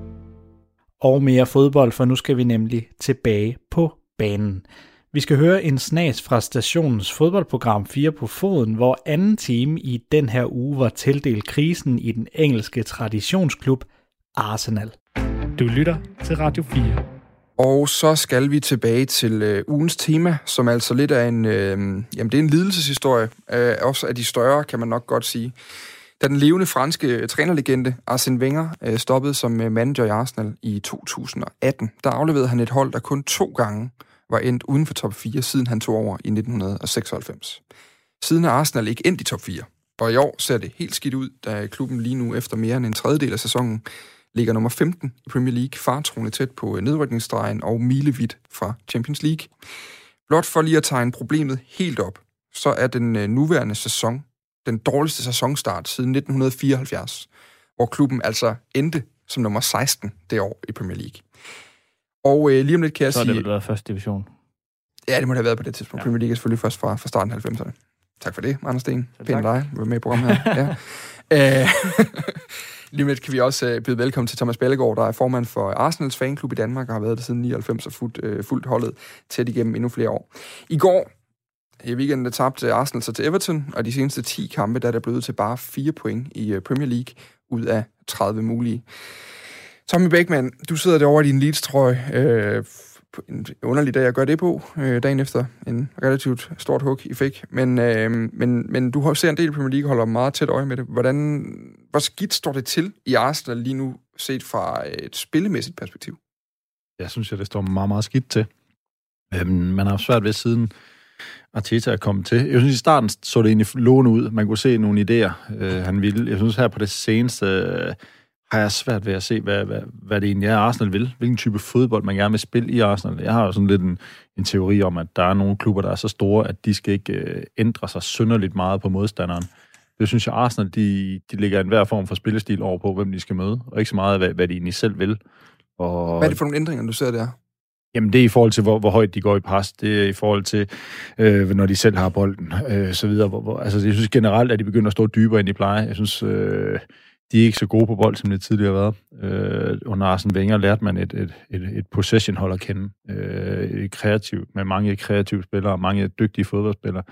Og mere fodbold, for nu skal vi nemlig tilbage på banen. Vi skal høre en snas fra stationens fodboldprogram fire på foden, hvor anden time i den her uge var tildelt krisen i den engelske traditionsklub Arsenal. Du lytter til Radio fire. Og så skal vi tilbage til øh, ugens tema, som altså lidt er en, øh, jamen det er en lidelseshistorie, øh, også af de større, kan man nok godt sige. Da den levende franske trænerlegende Arsène Wenger øh, stoppede som manager i Arsenal i to tusind og atten, der afleverede han et hold, der kun to gange var endt uden for top fire, siden han tog over i nitten seksoghalvfems. Siden er Arsenal ikke endt i top fire, og i år ser det helt skidt ud, da klubben lige nu efter mere end en tredjedel af sæsonen ligger nummer femten i Premier League, fartroende tæt på nedrykningsstregen og milevidt fra Champions League. Blot for lige at tegne problemet helt op, så er den nuværende sæson den dårligste sæsonstart siden nitten fireoghalvfjerds, hvor klubben altså endte som nummer seksten det år i Premier League. Og øh, lige om lidt kan jeg så sige... Så har det været første division? Ja, det må det have været på det tidspunkt. Ja. Premier League er selvfølgelig først fra, fra starten af halvfemserne. Tak for det, Anders Sten. Pænt dig, du var med i programmet her. Ja. Lige om lidt kan vi også byde velkommen til Thomas Ballegaard, der er formand for Arsenals fanklub i Danmark, og har været der siden nioghalvfems og fuldt, øh, fuldt holdet tæt igennem endnu flere år. I går, i weekenden, der tabte Arsenal sig til Everton, og de seneste ti kampe, der er der blevet til bare fire point i Premier League ud af tredive mulige. Tommy Beckmann, du sidder derovre i din Leeds-trøje. Øh, en underlig dag at gøre det på, øh, dagen efter en relativt stort hug, I fik. Men, øh, men, men du ser en del i Premier League, holder meget tæt øje med det. Hvordan, hvor skidt står det til i Arsenal lige nu, set fra et spillemæssigt perspektiv? Jeg synes, at det står meget, meget skidt til. Øhm, man har svært ved siden Arteta er kommet til. Jeg synes, i starten så det egentlig lovende ud. Man kunne se nogle idéer, øh, han ville. Jeg synes, her på det seneste øh, har jeg svært ved at se, hvad, hvad, hvad det egentlig er, Arsenal vil. Hvilken type fodbold man gerne vil spille i Arsenal. Jeg har jo sådan lidt en, en teori om, at der er nogle klubber, der er så store, at de skal ikke øh, ændre sig synderligt meget på modstanderen. Det synes jeg, Arsenal, de, de lægger en hver form for spillestil over på, hvem de skal møde, og ikke så meget, hvad, hvad de egentlig selv vil. Og hvad er det for nogle ændringer, du ser der? Jamen, det er i forhold til, hvor, hvor højt de går i pres. Det er i forhold til, øh, når de selv har bolden, øh, så videre. Hvor, hvor, altså, jeg synes generelt, at de begynder at stå dybere, end de plejer. Jeg synes, øh, de er ikke så gode på bold, som det tidligere har været. Øh, under Arsene Wenger lærte man et, et, et, et possession-hold at kende. Øh, et kreativt, med mange kreative spillere, mange dygtige fodboldspillere.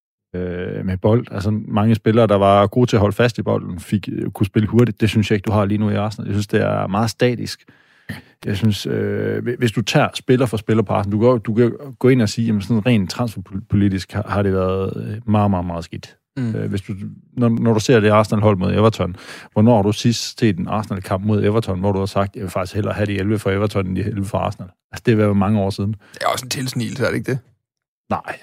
Øh, med bold. Altså, mange spillere, der var gode til at holde fast i bolden, fik, kunne spille hurtigt. Det synes jeg ikke, du har lige nu i Arsenal. Jeg synes, det er meget statisk. Jeg synes, øh, hvis du tager spiller for spiller på Arsenal, du kan, du kan gå ind og sige, at sådan rent transferpolitisk har, har det været meget, meget, meget skidt. Mm. Øh, hvis du, når, når du ser det Arsenal-hold mod Everton, hvornår har du sidst set en Arsenal-kamp mod Everton, hvor du har sagt, jeg vil faktisk hellere have de elleve for Everton, end de elleve for Arsenal? Altså, det har været mange år siden. Det er også en tilsnigelse, er det ikke det? Nej.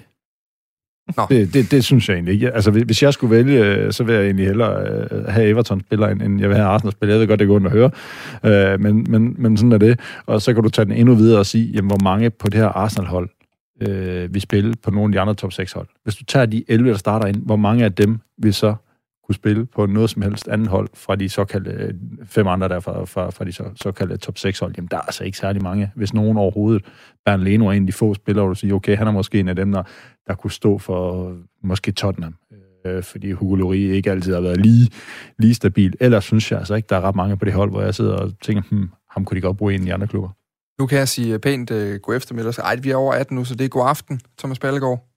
Det, det, det synes jeg egentlig ikke. Altså, hvis jeg skulle vælge, så vil jeg egentlig hellere have Everton-spiller, end jeg vil have Arsenal-spiller. Jeg ved godt, det går ondt at høre, men, men, men sådan er det. Og så kan du tage den endnu videre og sige, jamen, hvor mange på det her Arsenal-hold øh, vil spille på nogle af de andre top seks hold. Hvis du tager de elleve, der starter ind, hvor mange af dem vil så kunne spille på noget som helst andet hold fra de såkaldte fem andre der fra, fra, fra de så, såkaldte top seks hold. Jamen, der er altså ikke særlig mange. Hvis nogen overhovedet, Bernd Leno er en af de få spillere, hvor du siger, okay, han er måske en af dem, der, der kunne stå for måske Tottenham. Øh, fordi Hugo Lloris ikke altid har været lige, lige stabil. Ellers synes jeg altså ikke, der er ret mange på det hold, hvor jeg sidder og tænker, hmm, ham kunne de godt bruge en i andre klubber. Nu kan jeg sige pænt uh, god eftermiddag. Ej, vi er over atten nu, så det er god aften, Thomas Ballegaard.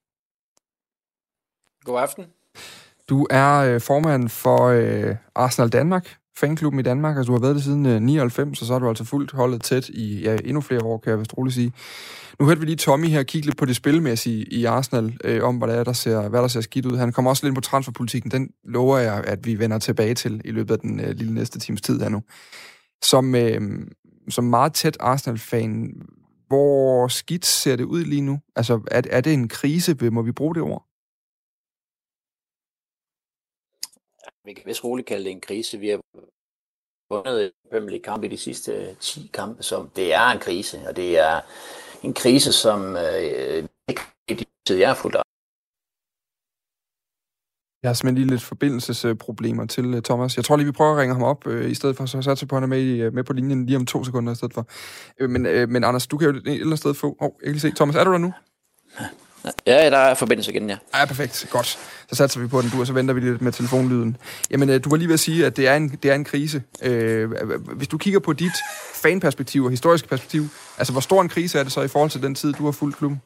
God aften. Du er øh, formand for øh, Arsenal Danmark, fanklubben i Danmark. Altså, du har været det siden øh, nioghalvfems, og så har du altså fuldt holdet tæt i ja, endnu flere år, kan jeg vist roligt sige. Nu hørte vi lige Tommy her kigge lidt på det spilmæssige i Arsenal, øh, om hvad der, er, der ser, hvad der ser skidt ud. Han kommer også lidt ind på transferpolitikken. Den lover jeg, at vi vender tilbage til i løbet af den øh, lille næste times tid her nu. Som, øh, som meget tæt Arsenal-fan, hvor skidt ser det ud lige nu? Altså, er, er det en krise? Må vi bruge det ord? Vi kan vist roligt kalde det en krise. Vi har vundet Premier League kampe i de sidste ti kampe, så det er en krise, og det er en krise, som øh, ikke i de tid, jeg har fulgt op. Jeg har simpelthen lige lidt forbindelsesproblemer til uh, Thomas. Jeg tror lige, vi prøver at ringe ham op, uh, i stedet for, så satser på, at han er med, uh, med på linjen lige om to sekunder i stedet for. Uh, men, uh, men Anders, du kan jo et eller andet sted få... Åh, oh, jeg kan se. Thomas, er du der nu? Ja, der er forbindelse igen, ja. Ja, perfekt. Godt. Så satser vi på den, du, og så venter vi lidt med telefonlyden. Jamen, uh, du var lige ved at sige, at det er en, det er en krise. Uh, hvis du kigger på dit fanperspektiv og historiske perspektiv, altså, hvor stor en krise er det så i forhold til den tid, du har fulgt klubben?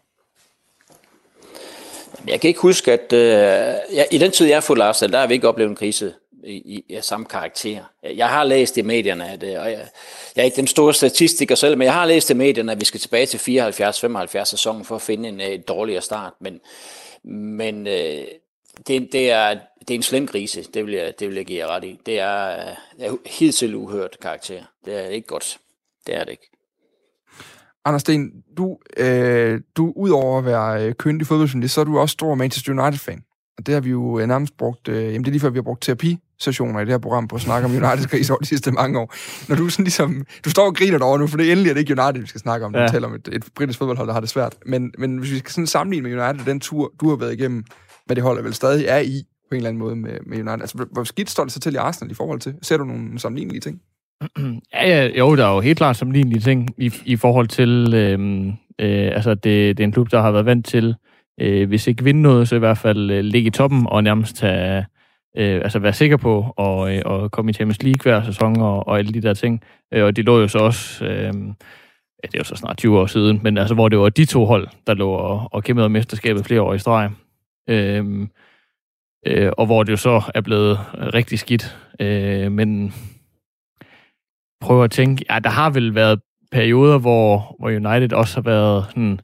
Jeg kan ikke huske, at øh, ja, i den tid, jeg har fulgt Arsenal, der har vi ikke oplevet en krise i, i, i samme karakter. Jeg har læst i medierne, at, og jeg, jeg er ikke den store statistiker selv, men jeg har læst i medierne, at vi skal tilbage til fireoghalvfjerds femoghalvfjerds sæsonen for at finde en, en dårligere start. Men, men øh, det, det, er, det er en slem krise, det vil jeg, det vil jeg give jer ret i. Det er, det er hidtil uhørt karakter. Det er ikke godt. Det er det ikke. Anders Sten, du, øh, du udover at være øh, køndig fodboldjournalist, så er du også stor Manchester United-fan. Og det har vi jo øh, nærmest brugt, øh, jamen det er lige før, vi har brugt terapisessioner i det her program på at snakke om Uniteds krise over de sidste mange år. Når du sådan ligesom, du står og griner derovre nu, for det endelig er det ikke United, vi skal snakke om. Ja. Du taler om et, et britisk fodboldhold, der har det svært. Men, men hvis vi skal sådan sammenligne med United, den tur, du har været igennem, hvad det holder vel stadig er i, på en eller anden måde med, med United. Altså, hvor skidt står det så til i Arsenal i forhold til? Ser du nogle sammenlignelige ting? Ja, ja, jo, der er jo helt klart sammenlignelige ting i, i forhold til, øhm, øh, altså det, det er en klub, der har været vant til, øh, hvis ikke vinde noget, så i hvert fald øh, ligge i toppen og nærmest tage, øh, altså være sikker på at øh, og komme i Champions League hver sæson og, og alle de der ting. Øh, og det lå jo så også, øh, ja, det er jo så snart tyve år siden, men altså hvor det var de to hold, der lå og, og kæmpede om mesterskabet flere år i streg. Øh, øh, og hvor det jo så er blevet rigtig skidt. Øh, men prøver at tænke, ja, der har vel været perioder, hvor, hvor United også har været sådan,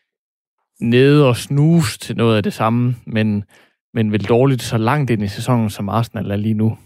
nede og snus til noget af det samme, men, men vel dårligt så langt ind i sæsonen, som Arsenal er lige nu.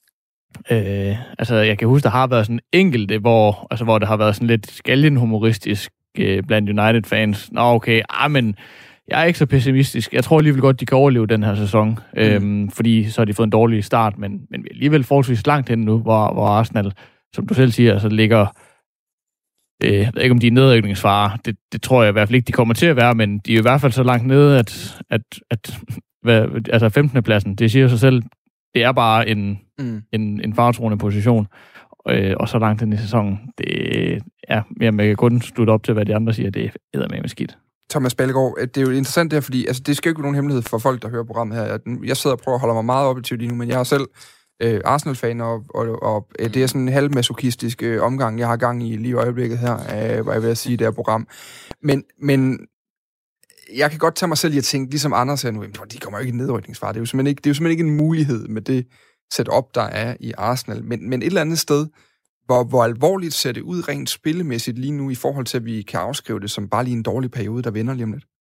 Øh, altså, jeg kan huske, der har været sådan enkelte, hvor, altså, hvor der har været sådan lidt skaljenhumoristisk øh, blandt United-fans. Nå, okay, ah, men jeg er ikke så pessimistisk. Jeg tror alligevel godt, de kan overleve den her sæson, mm. øhm, fordi så har de fået en dårlig start, men, men vi er alligevel forholdsvis langt hen nu, hvor, hvor Arsenal, som du selv siger, så ligger, øh, jeg ved ikke om de er nedrykningsfare, det, det tror jeg i hvert fald ikke, de kommer til at være, men de er i hvert fald så langt nede, at, at, at hvad, altså femtende pladsen, det siger sig selv, det er bare en, mm. en, en faretroende position, øh, og så langt ind i sæsonen, det er, jeg kan kun slutte op til, hvad de andre siger, det er eddermame skidt. Thomas Ballegaard, det er jo interessant der, fordi altså, det skal jo ikke være nogen hemmelighed for folk, der hører programmet her. Jeg sidder og prøver at holde mig meget objektiv lige nu, men jeg er selv øh, Arsenal-fan, og, og, og det er sådan en halvmasochistisk øh, omgang, jeg har gang i lige i øjeblikket her, øh, hvor jeg vil sige, det her program. Men, men jeg kan godt tage mig selv i at tænke, ligesom Anders sagde nu, de kommer jo ikke i nedrykningsfare. Det er jo simpelthen ikke, det er jo simpelthen ikke en mulighed med det setup, der er i Arsenal. Men, men et eller andet sted, Hvor, hvor alvorligt ser det ud rent spillemæssigt lige nu, i forhold til, at vi kan afskrive det som bare lige en dårlig periode, der vender lige om lidt?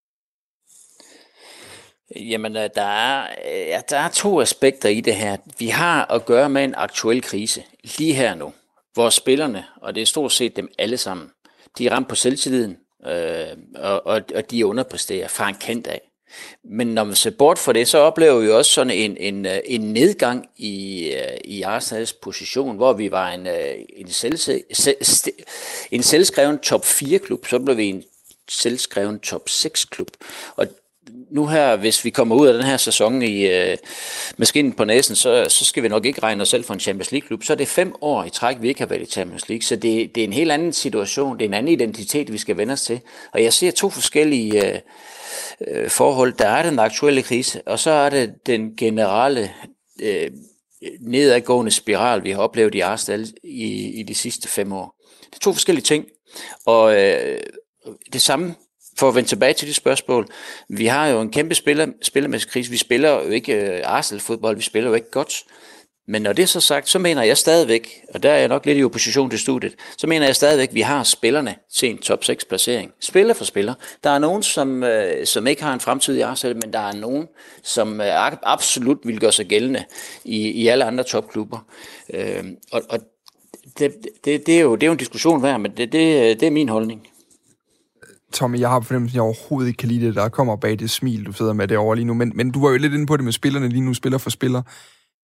Jamen, der er, ja, der er to aspekter i det her. Vi har at gøre med en aktuel krise, lige her nu, hvor spillerne, og det er stort set dem alle sammen, de er ramt på selvtilliden, øh, og, og, og de underpresterer fra en kant af. Men når man ser bort fra det, så oplever vi også sådan en, en, en nedgang i, i Arsenals position, hvor vi var en, en, selv, en selvskreven top fire klub, så blev vi en selvskreven top seks klub. Og nu her, hvis vi kommer ud af den her sæson i, med skinnen på næsen, så, så skal vi nok ikke regne os selv for en Champions League-klub. Så er det fem år i træk, vi ikke har været i Champions League. Så det, det er en helt anden situation, det er en anden identitet, vi skal vende os til. Og jeg ser to forskellige øh, forhold. Der er den aktuelle krise, og så er det den generelle øh, nedadgående spiral, vi har oplevet i Arsenal i, i de sidste fem år. Det er to forskellige ting, og øh, det samme, for at vende tilbage til de spørgsmål, vi har jo en kæmpe spiller, spillermæssig krise. Vi spiller jo ikke øh, Arsenal-fodbold, vi spiller jo ikke godt. Men når det er så sagt, så mener jeg stadigvæk, og der er jeg nok lidt i opposition til studiet, så mener jeg stadigvæk, at vi har spillerne til en top seks placering. Spiller for spiller. Der er nogen, som, øh, som ikke har en fremtid i Arsenal, men der er nogen, som øh, absolut vil gøre sig gældende i, i alle andre topklubber. Øh, og og det, det, det, er jo, det er jo en diskussion værd, men det, det, det er min holdning. Tommy, jeg har fornemmelsen, at jeg overhovedet ikke kan lide det, der kommer bag det smil, du sidder med derovre lige nu. Men, men du var jo lidt inde på det med spillerne lige nu, spiller for spiller.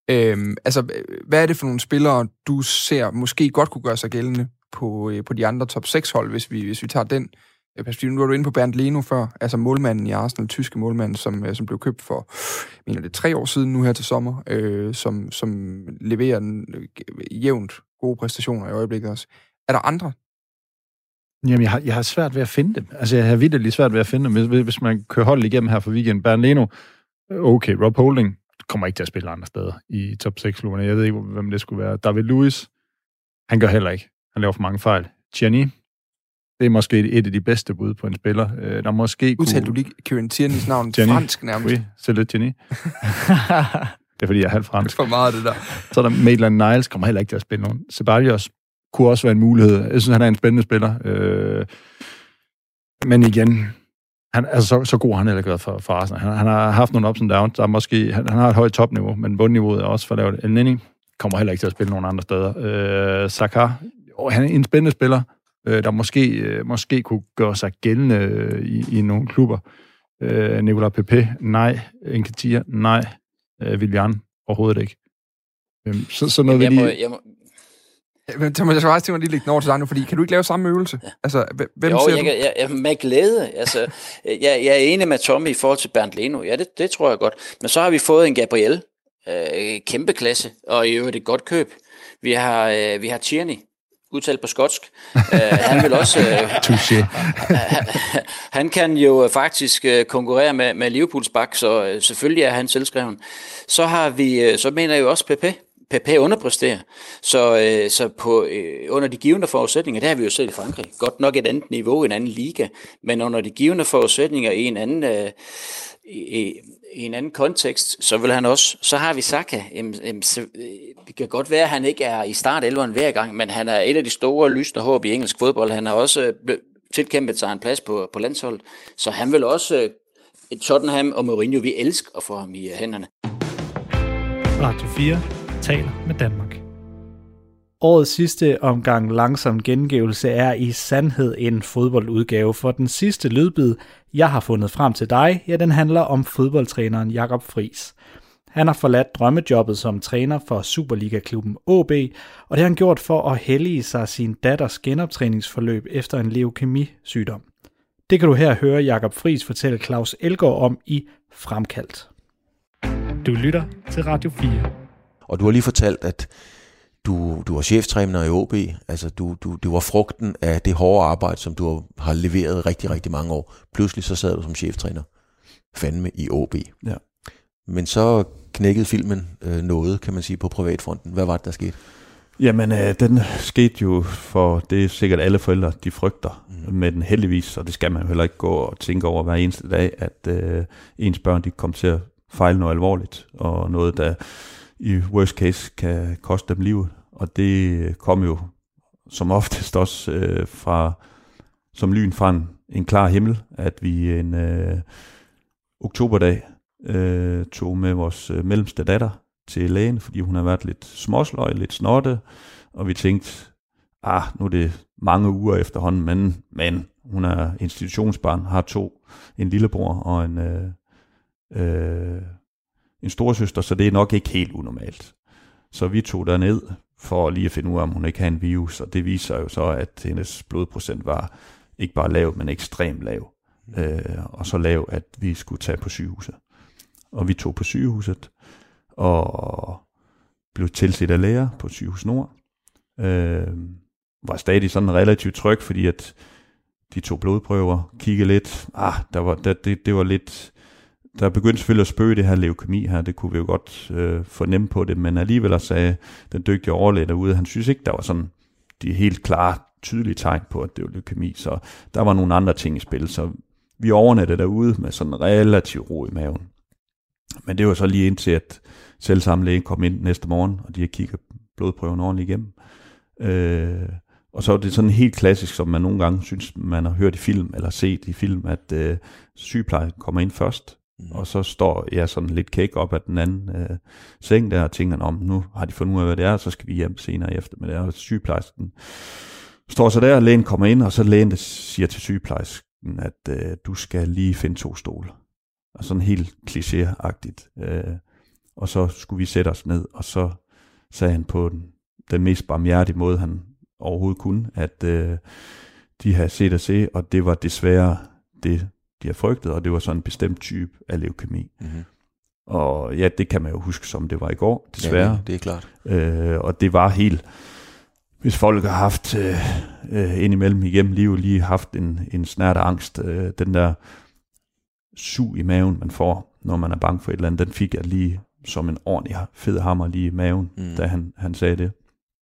Øhm, altså, hvad er det for nogle spillere, du ser måske godt kunne gøre sig gældende på, øh, på de andre top seks hold, hvis vi, hvis vi tager den perspektiv? Nu var du inde på Bernd Leno før, altså målmanden i Arsenal, tyske målmand, som, øh, som blev købt for, jeg mener det, tre år siden nu her til sommer, øh, som, som leverer en, øh, jævnt gode præstationer i øjeblikket også. Er der andre? Jamen, jeg har, jeg har svært ved at finde dem. Altså, jeg har virkelig svært ved at finde dem. Hvis, hvis man kører holdet igennem her for weekenden. Bernd Leno, okay. Rob Holding kommer ikke til at spille andre steder i top seks-klubberne. Jeg ved ikke, hvem det skulle være. David Luiz, han gør heller ikke. Han laver for mange fejl. Tierney, det er måske et af de bedste bud på en spiller. Der måske kunne... Udtalte du lige Kieran Tierney's navn fransk nærmest? Oui, c'est le Tierney. Det er, fordi jeg er halvt fransk. For meget det der. Så er der Maitland Niles, kommer heller ikke til at spille nogen. Ceballos kunne også være en mulighed. Jeg synes, han er en spændende spiller. Øh, men igen, han, altså, så, så god har han heller ikke været for, for Arsenal. Han, han har haft nogle ups and downs. Der er måske, han, han har et højt topniveau, men bundniveauet er også for lavt. El Neni kommer heller ikke til at spille nogen andre steder. Øh, Saka, oh, han er en spændende spiller, øh, der måske, øh, måske kunne gøre sig gældende øh, i, i nogle klubber. Øh, Nicolas Pepe, nej. Nketiah, nej. Øh, Willian, overhovedet ikke. Øh, så, så noget jeg, vil må, lige... jeg må, Men Thomas, jeg skal faktisk tænke mig lige lægge den over til dig nu, fordi kan du ikke lave samme øvelse? Ja. Altså, hvem jo, ser jeg, du? Jeg, jeg, med glæde. Altså, jeg, jeg er enig med Tommy i forhold til Bernd Leno. Ja, det, det tror jeg godt. Men så har vi fået en Gabriel. Øh, kæmpe klasse. Og i øvrigt et godt køb. Vi har, øh, vi har Tierney. Udtalt på skotsk. Uh, han vil også... Uh, han, han kan jo faktisk uh, konkurrere med, med Liverpools bak, så uh, selvfølgelig er han selvskreven. Så har vi, uh, så mener jeg jo også Pepe. Pepe underpræsterer. Så, uh, så på, uh, under de givende forudsætninger, det har vi jo set i Frankrig. Godt nok et andet niveau, en anden liga, men under de givende forudsætninger i en anden... Uh, i, i en anden kontekst, så vil han også, så har vi Saka. Det kan godt være, at han ikke er i startelveren hver gang, men han er et af de store lysende håb i engelsk fodbold. Han har også tilkæmpet sig en plads på, på landsholdet, så han vil også, Tottenham og Mourinho, vi elsker at få ham i hænderne. Radio fire taler med Danmark. Årets sidste omgang langsom gengivelse er i sandhed en fodboldudgave, for den sidste lydbid, jeg har fundet frem til dig, ja, den handler om fodboldtræneren Jakob Friis. Han har forladt drømmejobbet som træner for Superliga-klubben A B, og det har han gjort for at hellige sig sin datters genoptræningsforløb efter en leukemi-sygdom. Det kan du her høre Jakob Friis fortælle Claus Elgaard om i Fremkaldt. Du lytter til Radio fire. Og du har lige fortalt, at Du, du var cheftræner i A B, altså du, du, det var frugten af det hårde arbejde, som du har leveret rigtig, rigtig mange år. Pludselig så sad du som cheftræner, fandme i A B. Ja. Men så knækkede filmen øh, noget, kan man sige, på privatfronten. Hvad var det, der skete? Jamen, øh, den skete jo for, det er sikkert alle forældre, de frygter, mm. med den heldigvis, og det skal man jo heller ikke gå og tænke over hver eneste dag, at øh, ens børn, de kommer til at fejle noget alvorligt, og noget, der i worst case kan koste dem livet. Og det kom jo som oftest også øh, fra, som lyn fra en, en klar himmel, at vi en øh, oktoberdag øh, tog med vores øh, mellemste datter til lægen, fordi hun har været lidt småsløj, lidt snotte, og vi tænkte, ah, nu er det mange uger efterhånden, men, men hun er institutionsbarn, har to, en lillebror og en... Øh, øh, en storesøster, så det er nok ikke helt unormalt. Så vi tog derned for lige at finde ud af, om hun ikke har en virus, og det viser jo så, at hendes blodprocent var ikke bare lav, men ekstremt lav. Mm. Øh, og så lav, at vi skulle tage på sygehuset. Og vi tog på sygehuset, og blev tilset af læger på Sygehus Nord. Øh, var stadig sådan relativt tryg, fordi at de tog blodprøver, kiggede lidt. Ah, der var, der, det, det var lidt... Der begyndte selvfølgelig at spøge det her leukemi her, det kunne vi jo godt øh, fornemme på det, men alligevel sagde den dygtige overlæge derude, han synes ikke, der var sådan de helt klare, tydelige tegn på, at det var leukemi, så der var nogle andre ting i spil, så vi overnattede derude med sådan relativt ro i maven. Men det var så lige indtil, at selv samme læge kom ind næste morgen, og de har kigget blodprøven ordentligt igennem. Øh, og så er det sådan helt klassisk, som man nogle gange synes, man har hørt i film, eller set i film, at øh, sygeplejen kommer ind først, Mm. og så står jeg sådan lidt kæk op af den anden øh, seng der, og tænker, om nu har de fundet ud af, hvad det er, så skal vi hjem senere efter med det. Og sygeplejersken står så der, og lægen kommer ind, og så lægen der siger til sygeplejersken, at øh, du skal lige finde to stole. Og sådan helt klichéagtigt. Øh, og så skulle vi sætte os ned, og så sagde han på den, den mest barmhjertige måde, han overhovedet kunne, at øh, de havde set og se, og det var desværre det, de har frygtet, og det var sådan en bestemt type af leukemi. Mm-hmm. Og ja, det kan man jo huske, som det var i går, desværre. Ja, det er klart. Øh, og det var helt... Hvis folk har haft øh, øh, indimellem igennem livet lige haft en, en snært af angst, øh, den der sug i maven, man får, når man er bange for et eller andet, den fik jeg lige som en ordentlig fed hammer lige i maven, mm. da han, han sagde det.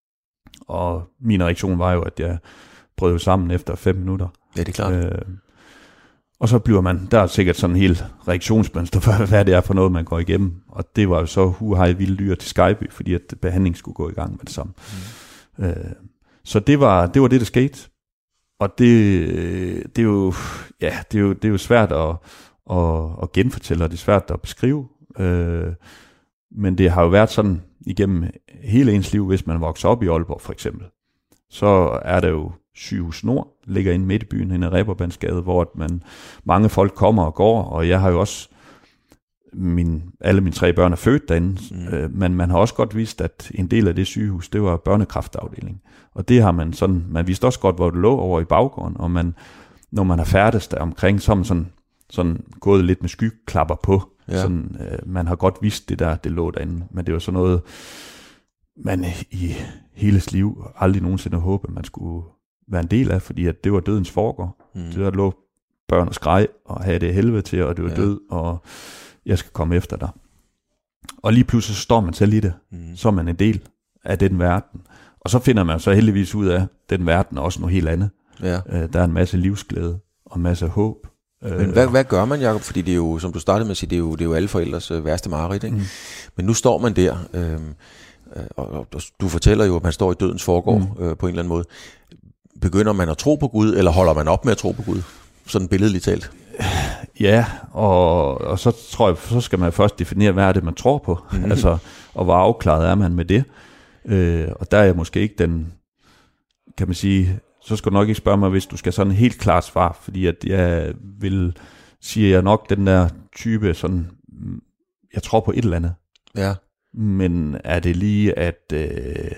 Og min reaktion var jo, at jeg brød sammen efter fem minutter. Ja, det er klart. Øh, og så bliver man, der er sikkert sådan en hel reaktionsmønster for, hvad det er for noget, man går igennem. Og det var jo så huhej vilde dyr til Skyby, fordi at behandlingen skulle gå i gang med det samme. Mm. Øh, så det var, det var det, der skete. Og det, det er jo, ja, det er jo, det er jo svært at, at, at genfortælle, og det er svært at beskrive. Øh, men det har jo været sådan igennem hele ens liv, hvis man vokser op i Aalborg for eksempel. Så er der jo Sygehus Nord, ligger inde midt i byen, inde i Reberbandsgade, hvor man, mange folk kommer og går, og jeg har jo også, min, alle mine tre børn er født derinde, mm. øh, men man har også godt vidst, at en del af det sygehus, det var børnekræftafdeling. Og det har man sådan, man vidste også godt, hvor det lå over i baggården, og man, når man har færdes der omkring, så har man sådan, sådan gået lidt med skyklapper på. Ja. Sådan, øh, man har godt vidst det der, det lå derinde, men det var sådan noget, man i hele sit liv aldrig nogensinde håbede, man skulle være en del af, fordi at det var dødens foregår. Mm. Det der lå børn og skreg, og havde det helvede til, og det var ja. død, og jeg skal komme efter dig. Og lige pludselig så står man selv i det, mm. så er man en del af den verden. Og så finder man så heldigvis ud af, den verden er også noget helt andet. Ja. Øh, der er en masse livsglæde, og en masse håb. Men hvad, hvad gør man, Jacob? Fordi det er jo, som du startede med at sige, det er jo, det er jo alle forældres øh, værste mareridt, ikke? Mm. Men nu står man der, øh, øh, og, og du fortæller jo, at man står i dødens forgård mm. øh, på en eller anden måde. Begynder man at tro på Gud, eller holder man op med at tro på Gud? Sådan billedligt talt. Ja, og, og så tror jeg, så skal man først definere, hvad er det, man tror på. Mm. Altså, og hvor afklaret er man med det. Øh, og der er jeg måske ikke den, kan man sige, så skal du nok ikke spørge mig, hvis du skal sådan helt klart svar, fordi at jeg vil sige, jeg nok den der type sådan, jeg tror på et eller andet. Ja. Men er det lige, at, øh,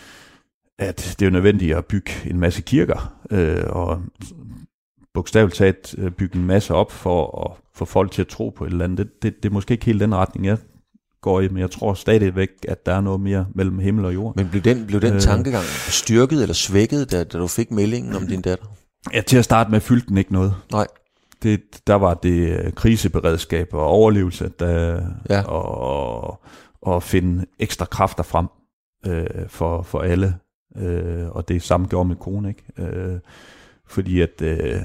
at det er nødvendigt at bygge en masse kirker, øh, og bogstaveligt talt øh, bygge en masse op for at få folk til at tro på et eller andet. Det, det, det er måske ikke helt den retning, jeg går i, men jeg tror stadigvæk, at der er noget mere mellem himmel og jord. Men blev den, blev den øh, tankegang styrket eller svækket, da, da du fik meldingen om din datter? Ja, til at starte med fyldte den ikke noget. Nej. Det, der var det kriseberedskab og overlevelse, der, ja. og, og finde ekstra kræfter frem øh, for, for alle. Øh, og det samme gjorde min kone, ikke? Øh, fordi at øh,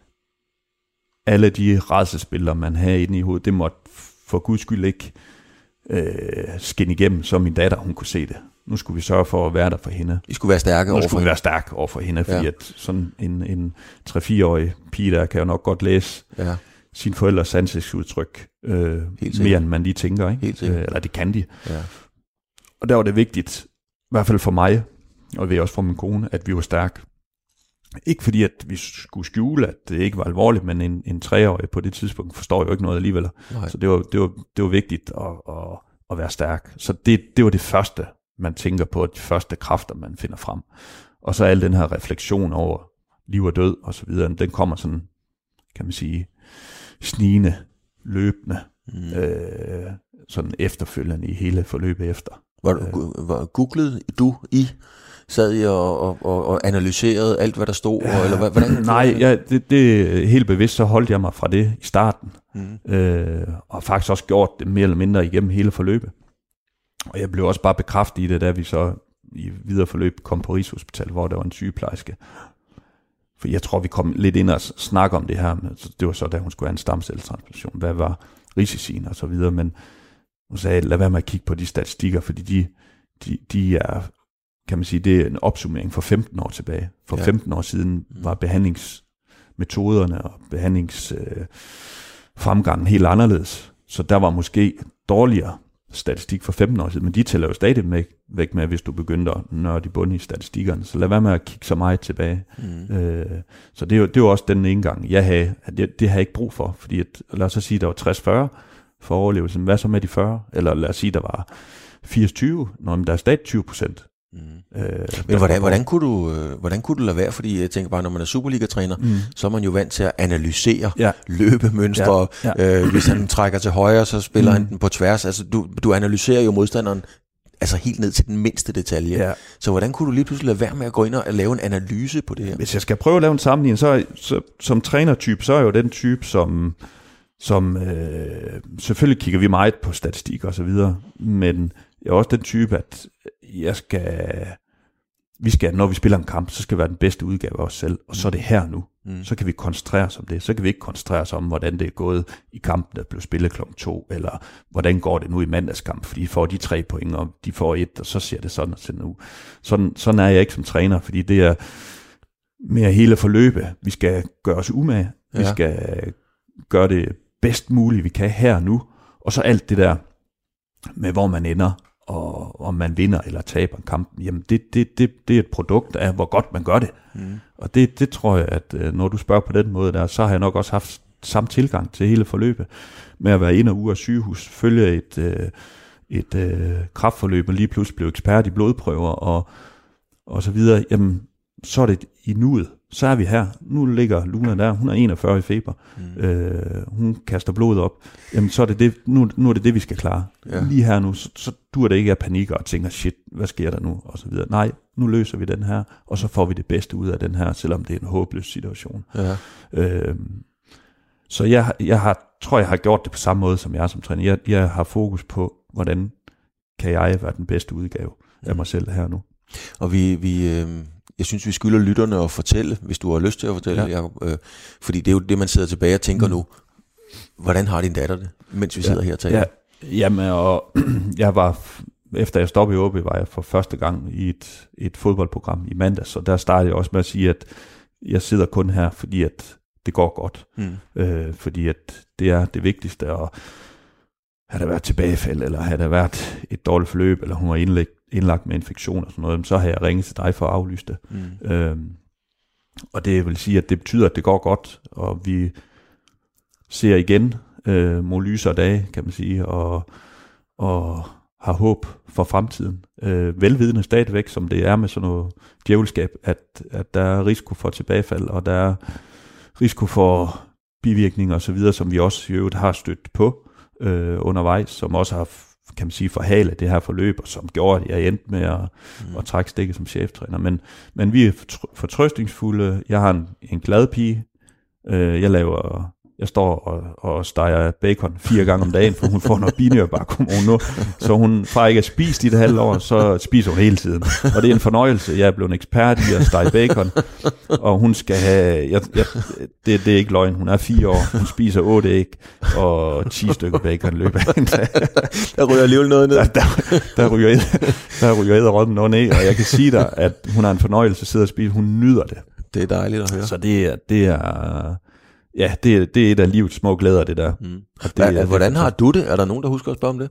alle de rædselsbilleder, man havde inde i hovedet, det måtte for guds skyld ikke øh, skinne igennem, så min datter, hun kunne se det. Nu skulle vi sørge for at være der for hende. I skulle være stærke overfor hende. Nu skulle vi være stærke overfor hende, fordi ja. at sådan en, en tre-fire-årig pige der kan jo nok godt læse ja. sine forældres ansigtsudtryk øh, mere end man lige tænker, ikke? Helt øh, eller det kan de. Ja. Og der var det vigtigt, i hvert fald for mig, og ved også for min kone, at vi var stærke. Ikke fordi, at vi skulle skjule, at det ikke var alvorligt, men en, en treårig på det tidspunkt forstår jo ikke noget alligevel. Nej. Så det var, det var, det var vigtigt at, at, at være stærk. Så det, det var det første, man tænker på, de første kræfter, man finder frem. Og så al den her refleksion over liv og død og så videre, den kommer sådan, kan man sige, snigende, løbende, mm. øh, sådan efterfølgende i hele forløbet efter. Var du, var, googlede du i? Sad I og, og, og analyserede alt, hvad der stod? Og, eller hvad, hvordan? Nej, ja, det, det helt bevidst, så holdt jeg mig fra det i starten. Mm. Øh, og faktisk også gjort det mere eller mindre igennem hele forløbet. Og jeg blev også bare bekræftet i det, da vi så i videre forløb kom på Rigshospitalet, hvor der var en sygeplejerske. For jeg tror, vi kom lidt ind og snakke om det her. Men det var så, da hun skulle have en stamcelletransplantation. Hvad var risiciene og så videre. Men hun sagde, lad være med at kigge på de statistikker, fordi de, de, de er, kan man sige, det er en opsummering for femten år tilbage. For ja. femten år siden var behandlingsmetoderne og behandlingsfremgangen øh, helt anderledes. Så der var måske dårligere statistik for femten år siden, men de tæller jo stadig med, væk med, hvis du begynder at nørde i bunden i statistikkerne. Så lad være med at kigge så meget tilbage. Mm. Øh, så det er, jo, det er jo også den ene gang, jeg havde, at det, det har jeg ikke brug for, fordi at, lad os så sige, der var tres fyrre for overlevelsen. Hvad så med de fyrre? Eller lad os sige, der var firs tyve. Nå, men der er stadig tyve procent. Mm. Øh, men hvordan, hvordan, kunne du, øh, hvordan kunne du lade være? Fordi jeg tænker bare, når man er Superliga-træner, mm. så er man jo vant til at analysere ja. løbemønstre. Ja. Ja. Øh, hvis han trækker til højre, så spiller mm. han den på tværs. Altså, du, du analyserer jo modstanderen altså helt ned til den mindste detalje. Ja. Så hvordan kunne du lige pludselig lade være med at gå ind og lave en analyse på det her? Hvis jeg skal prøve at lave en sammenligning, så, så som trænertype, så er jeg jo den type, som, som øh, selvfølgelig kigger vi meget på statistik og så videre, men jeg er også den type, at jeg skal, vi skal, når vi spiller en kamp, så skal det være den bedste udgave af os selv, og så er det her nu. Mm. Så kan vi koncentrere os om det. Så kan vi ikke koncentrere os om, hvordan det er gået i kampen, der blev spillet klokken to, eller hvordan går det nu i mandagskamp, fordi de får de tre point, og de får et, og så ser det sådan og sådan ud. Sådan, sådan er jeg ikke som træner, fordi det er mere hele forløbet. Vi skal gøre os umage. Ja. Vi skal gøre det bedst muligt, vi kan her nu, og så alt det der med, hvor man ender, og om man vinder eller taber en kamp, jamen det, det, det, det er et produkt af, hvor godt man gør det. Mm. Og det, det tror jeg, at når du spørger på den måde der, så har jeg nok også haft samme tilgang til hele forløbet, med at være ind og ude af sygehus, følge et, et, et, et kræftforløb, og lige pludselig blive ekspert i blodprøver, og, og så videre. Jamen, så er det i nuet. Så er vi her. Nu ligger Luna der. Hun er enogfyrre i feber. Mm. Øh, hun kaster blodet op. Jamen, så er det det, nu, nu er det det, vi skal klare. Ja. Lige her nu, så, så duer det ikke af panik og tænker, shit, hvad sker der nu? Og så videre. Nej, nu løser vi den her, og så får vi det bedste ud af den her, selvom det er en håbløs situation. Ja. Øh, så jeg, jeg har, tror, jeg har gjort det på samme måde, som jeg er som træner. Jeg, jeg har fokus på, hvordan kan jeg være den bedste udgave mm. af mig selv her nu. Og vi... vi øh... Jeg synes, vi skylder lytterne at fortælle, hvis du har lyst til at fortælle, ja. Jacob, øh, fordi det er jo det, man sidder tilbage og tænker mm. nu. Hvordan har din datter det, mens vi sidder ja. her og taler? Ja. Jamen, og jeg var, efter jeg stoppede i O B, var jeg for første gang i et, et fodboldprogram i mandags, og der startede jeg også med at sige, at jeg sidder kun her, fordi at det går godt. Mm. Øh, fordi at det er det vigtigste, og havde der været tilbagefald, eller havde der været et dårligt forløb, eller hun var indlagt, indlagt med infektion og sådan noget, så har jeg ringet til dig for at aflyse det. Mm. Øhm, og det vil sige, at det betyder, at det går godt, og vi ser igen øh, mod lysere dage, kan man sige, og, og har håb for fremtiden. Øh, velvidende stadigvæk, som det er med sådan noget djævelskab, at, at der er risiko for tilbagefald, og der er risiko for bivirkninger og så videre, som vi også i øvrigt har stødt på øh, undervejs, som også har, kan man sige, forhalet det her forløb, og som gjorde, at jeg endte med at, mm. at trække stikket som cheftræner. Men, men vi er fortrøstningsfulde. Jeg har en, en glad pige. Øh, jeg laver... Jeg står og, og steger bacon fire gange om dagen, for hun får noget binyrbarkhormon nu. Så hun fra ikke at spise i det halve år, så spiser hun hele tiden. Og det er en fornøjelse. Jeg er blevet en ekspert i at stege bacon, og hun skal have... Jeg, jeg, det, det er ikke løgn. Hun er fire år. Hun spiser otte æg og ti stykker bacon i løbet af en dag. Der ryger alligevel noget ned. Der, der, der ryger der ryger æderrømmen noget ned, og jeg kan sige dig, at hun har en fornøjelse at sidde og spise. Hun nyder det. Det er dejligt at høre. Så det er... Det er Ja, det er, det er et af livets små glæder, det der. Mm. Og det, Hva, hvordan det, har du det? Er der nogen, der husker at spørge om det?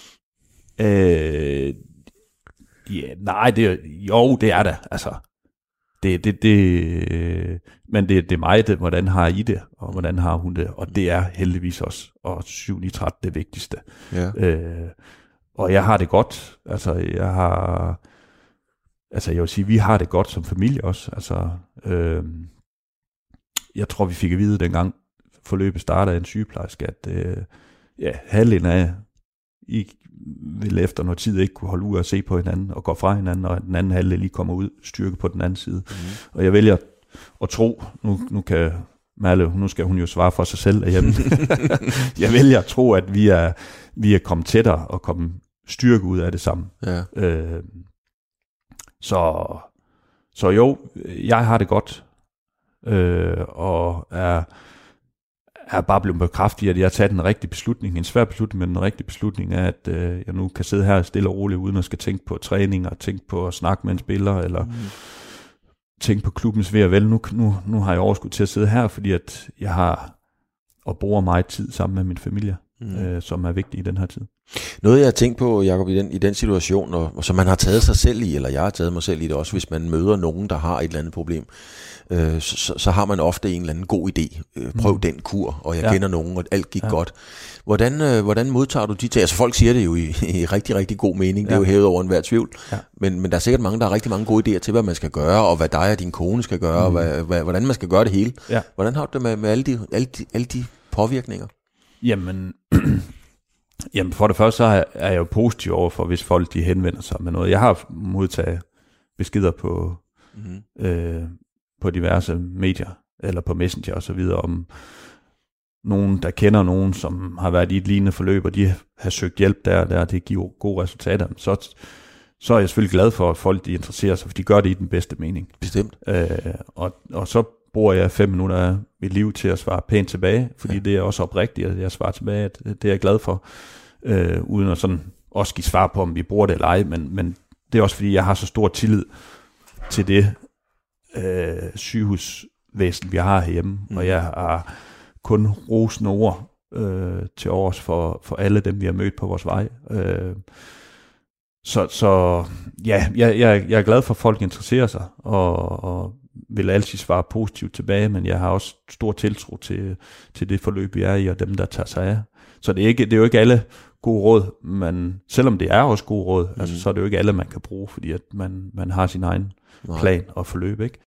Øh, ja, nej, det, jo, det er der. Altså, det, det, det, men det, det er mig, det, hvordan har I det, og hvordan har hun det? Og det er heldigvis også, og syv ni tretten det vigtigste. Ja. Øh, og jeg har det godt. Altså, jeg har, altså, jeg vil sige, vi har det godt som familie også. Altså, øh, jeg tror, vi fik at vide, dengang forløbet startede af en sygeplejerske, at øh, ja, halvdelen af I vil efter noget tid ikke kunne holde ud og se på hinanden og gå fra hinanden, og den anden halvdel lige kommer ud styrke på den anden side. Mm. Og jeg vælger at tro, nu, nu kan Malle, nu skal hun jo svare for sig selv derhjemme. Jeg vælger at tro, at vi er, vi er kommet tættere og kommet styrke ud af det sammen. Ja. Øh, så, så jo, jeg har det godt. Øh, og er, er bare blevet bekræftet i, at jeg har taget en rigtig beslutning, en svær beslutning, men en rigtig beslutning er, at øh, jeg nu kan sidde her stille og roligt, uden at skal tænke på træning, og tænke på at snakke med en spiller, eller mm. tænke på klubbens ved og vel. Nu, nu, nu har jeg overskud til at sidde her, fordi at jeg har og bruger meget tid sammen med min familie. mm. øh, som er vigtigt i den her tid. Noget, jeg har tænkt på, Jacob, i den, i den situation, og, og som man har taget sig selv i, eller jeg har taget mig selv i det også, hvis man møder nogen, der har et eller andet problem, øh, så, så har man ofte en eller anden god idé. Øh, prøv mm. den kur, og jeg ja. kender nogen, og alt gik ja. godt. Hvordan, øh, hvordan modtager du de ting? Altså folk siger det jo i, i rigtig, rigtig god mening. Ja. Det er jo hævet over enhver tvivl. Ja. Men, men der er sikkert mange, der har rigtig mange gode idéer til, hvad man skal gøre, og hvad dig og din kone skal gøre, mm. og hvad, hvad, hvordan man skal gøre det hele. Ja. Hvordan har du det med, med alle, de, alle, de, alle de påvirkninger? Jamen... Jamen for det første, så er jeg jo positiv over for, hvis folk de henvender sig med noget. Jeg har modtaget beskeder på, mm-hmm. øh, på diverse medier, eller på Messenger og så videre, om nogen, der kender nogen, som har været i et lignende forløb, og de har søgt hjælp der, der det giver gode resultater. Så, så er jeg selvfølgelig glad for, at folk de interesserer sig, for de gør det i den bedste mening. Bestemt. Øh, og, og så bruger jeg fem minutter af mit liv til at svare pænt tilbage, fordi ja. det er også oprigtigt, at jeg svarer tilbage, at det er jeg glad for, øh, uden at sådan også give svar på, om vi bruger det eller ej, men, men det er også fordi, jeg har så stor tillid til det øh, sygehusvæsen, vi har herhjemme, mm. og jeg har kun rosende ord øh, til års for, for alle dem, vi har mødt på vores vej. Øh, så, så ja, jeg, jeg, jeg er glad for, at folk interesserer sig, og, og vil altid svare positivt tilbage, men jeg har også stor tiltro til, til det forløb, vi er i, og dem, der tager sig af. Så det er, ikke, det er jo ikke alle gode råd, men selvom det er også gode råd, mm. altså, så er det jo ikke alle, man kan bruge, fordi at man, man har sin egen Nej. plan og forløb, ikke?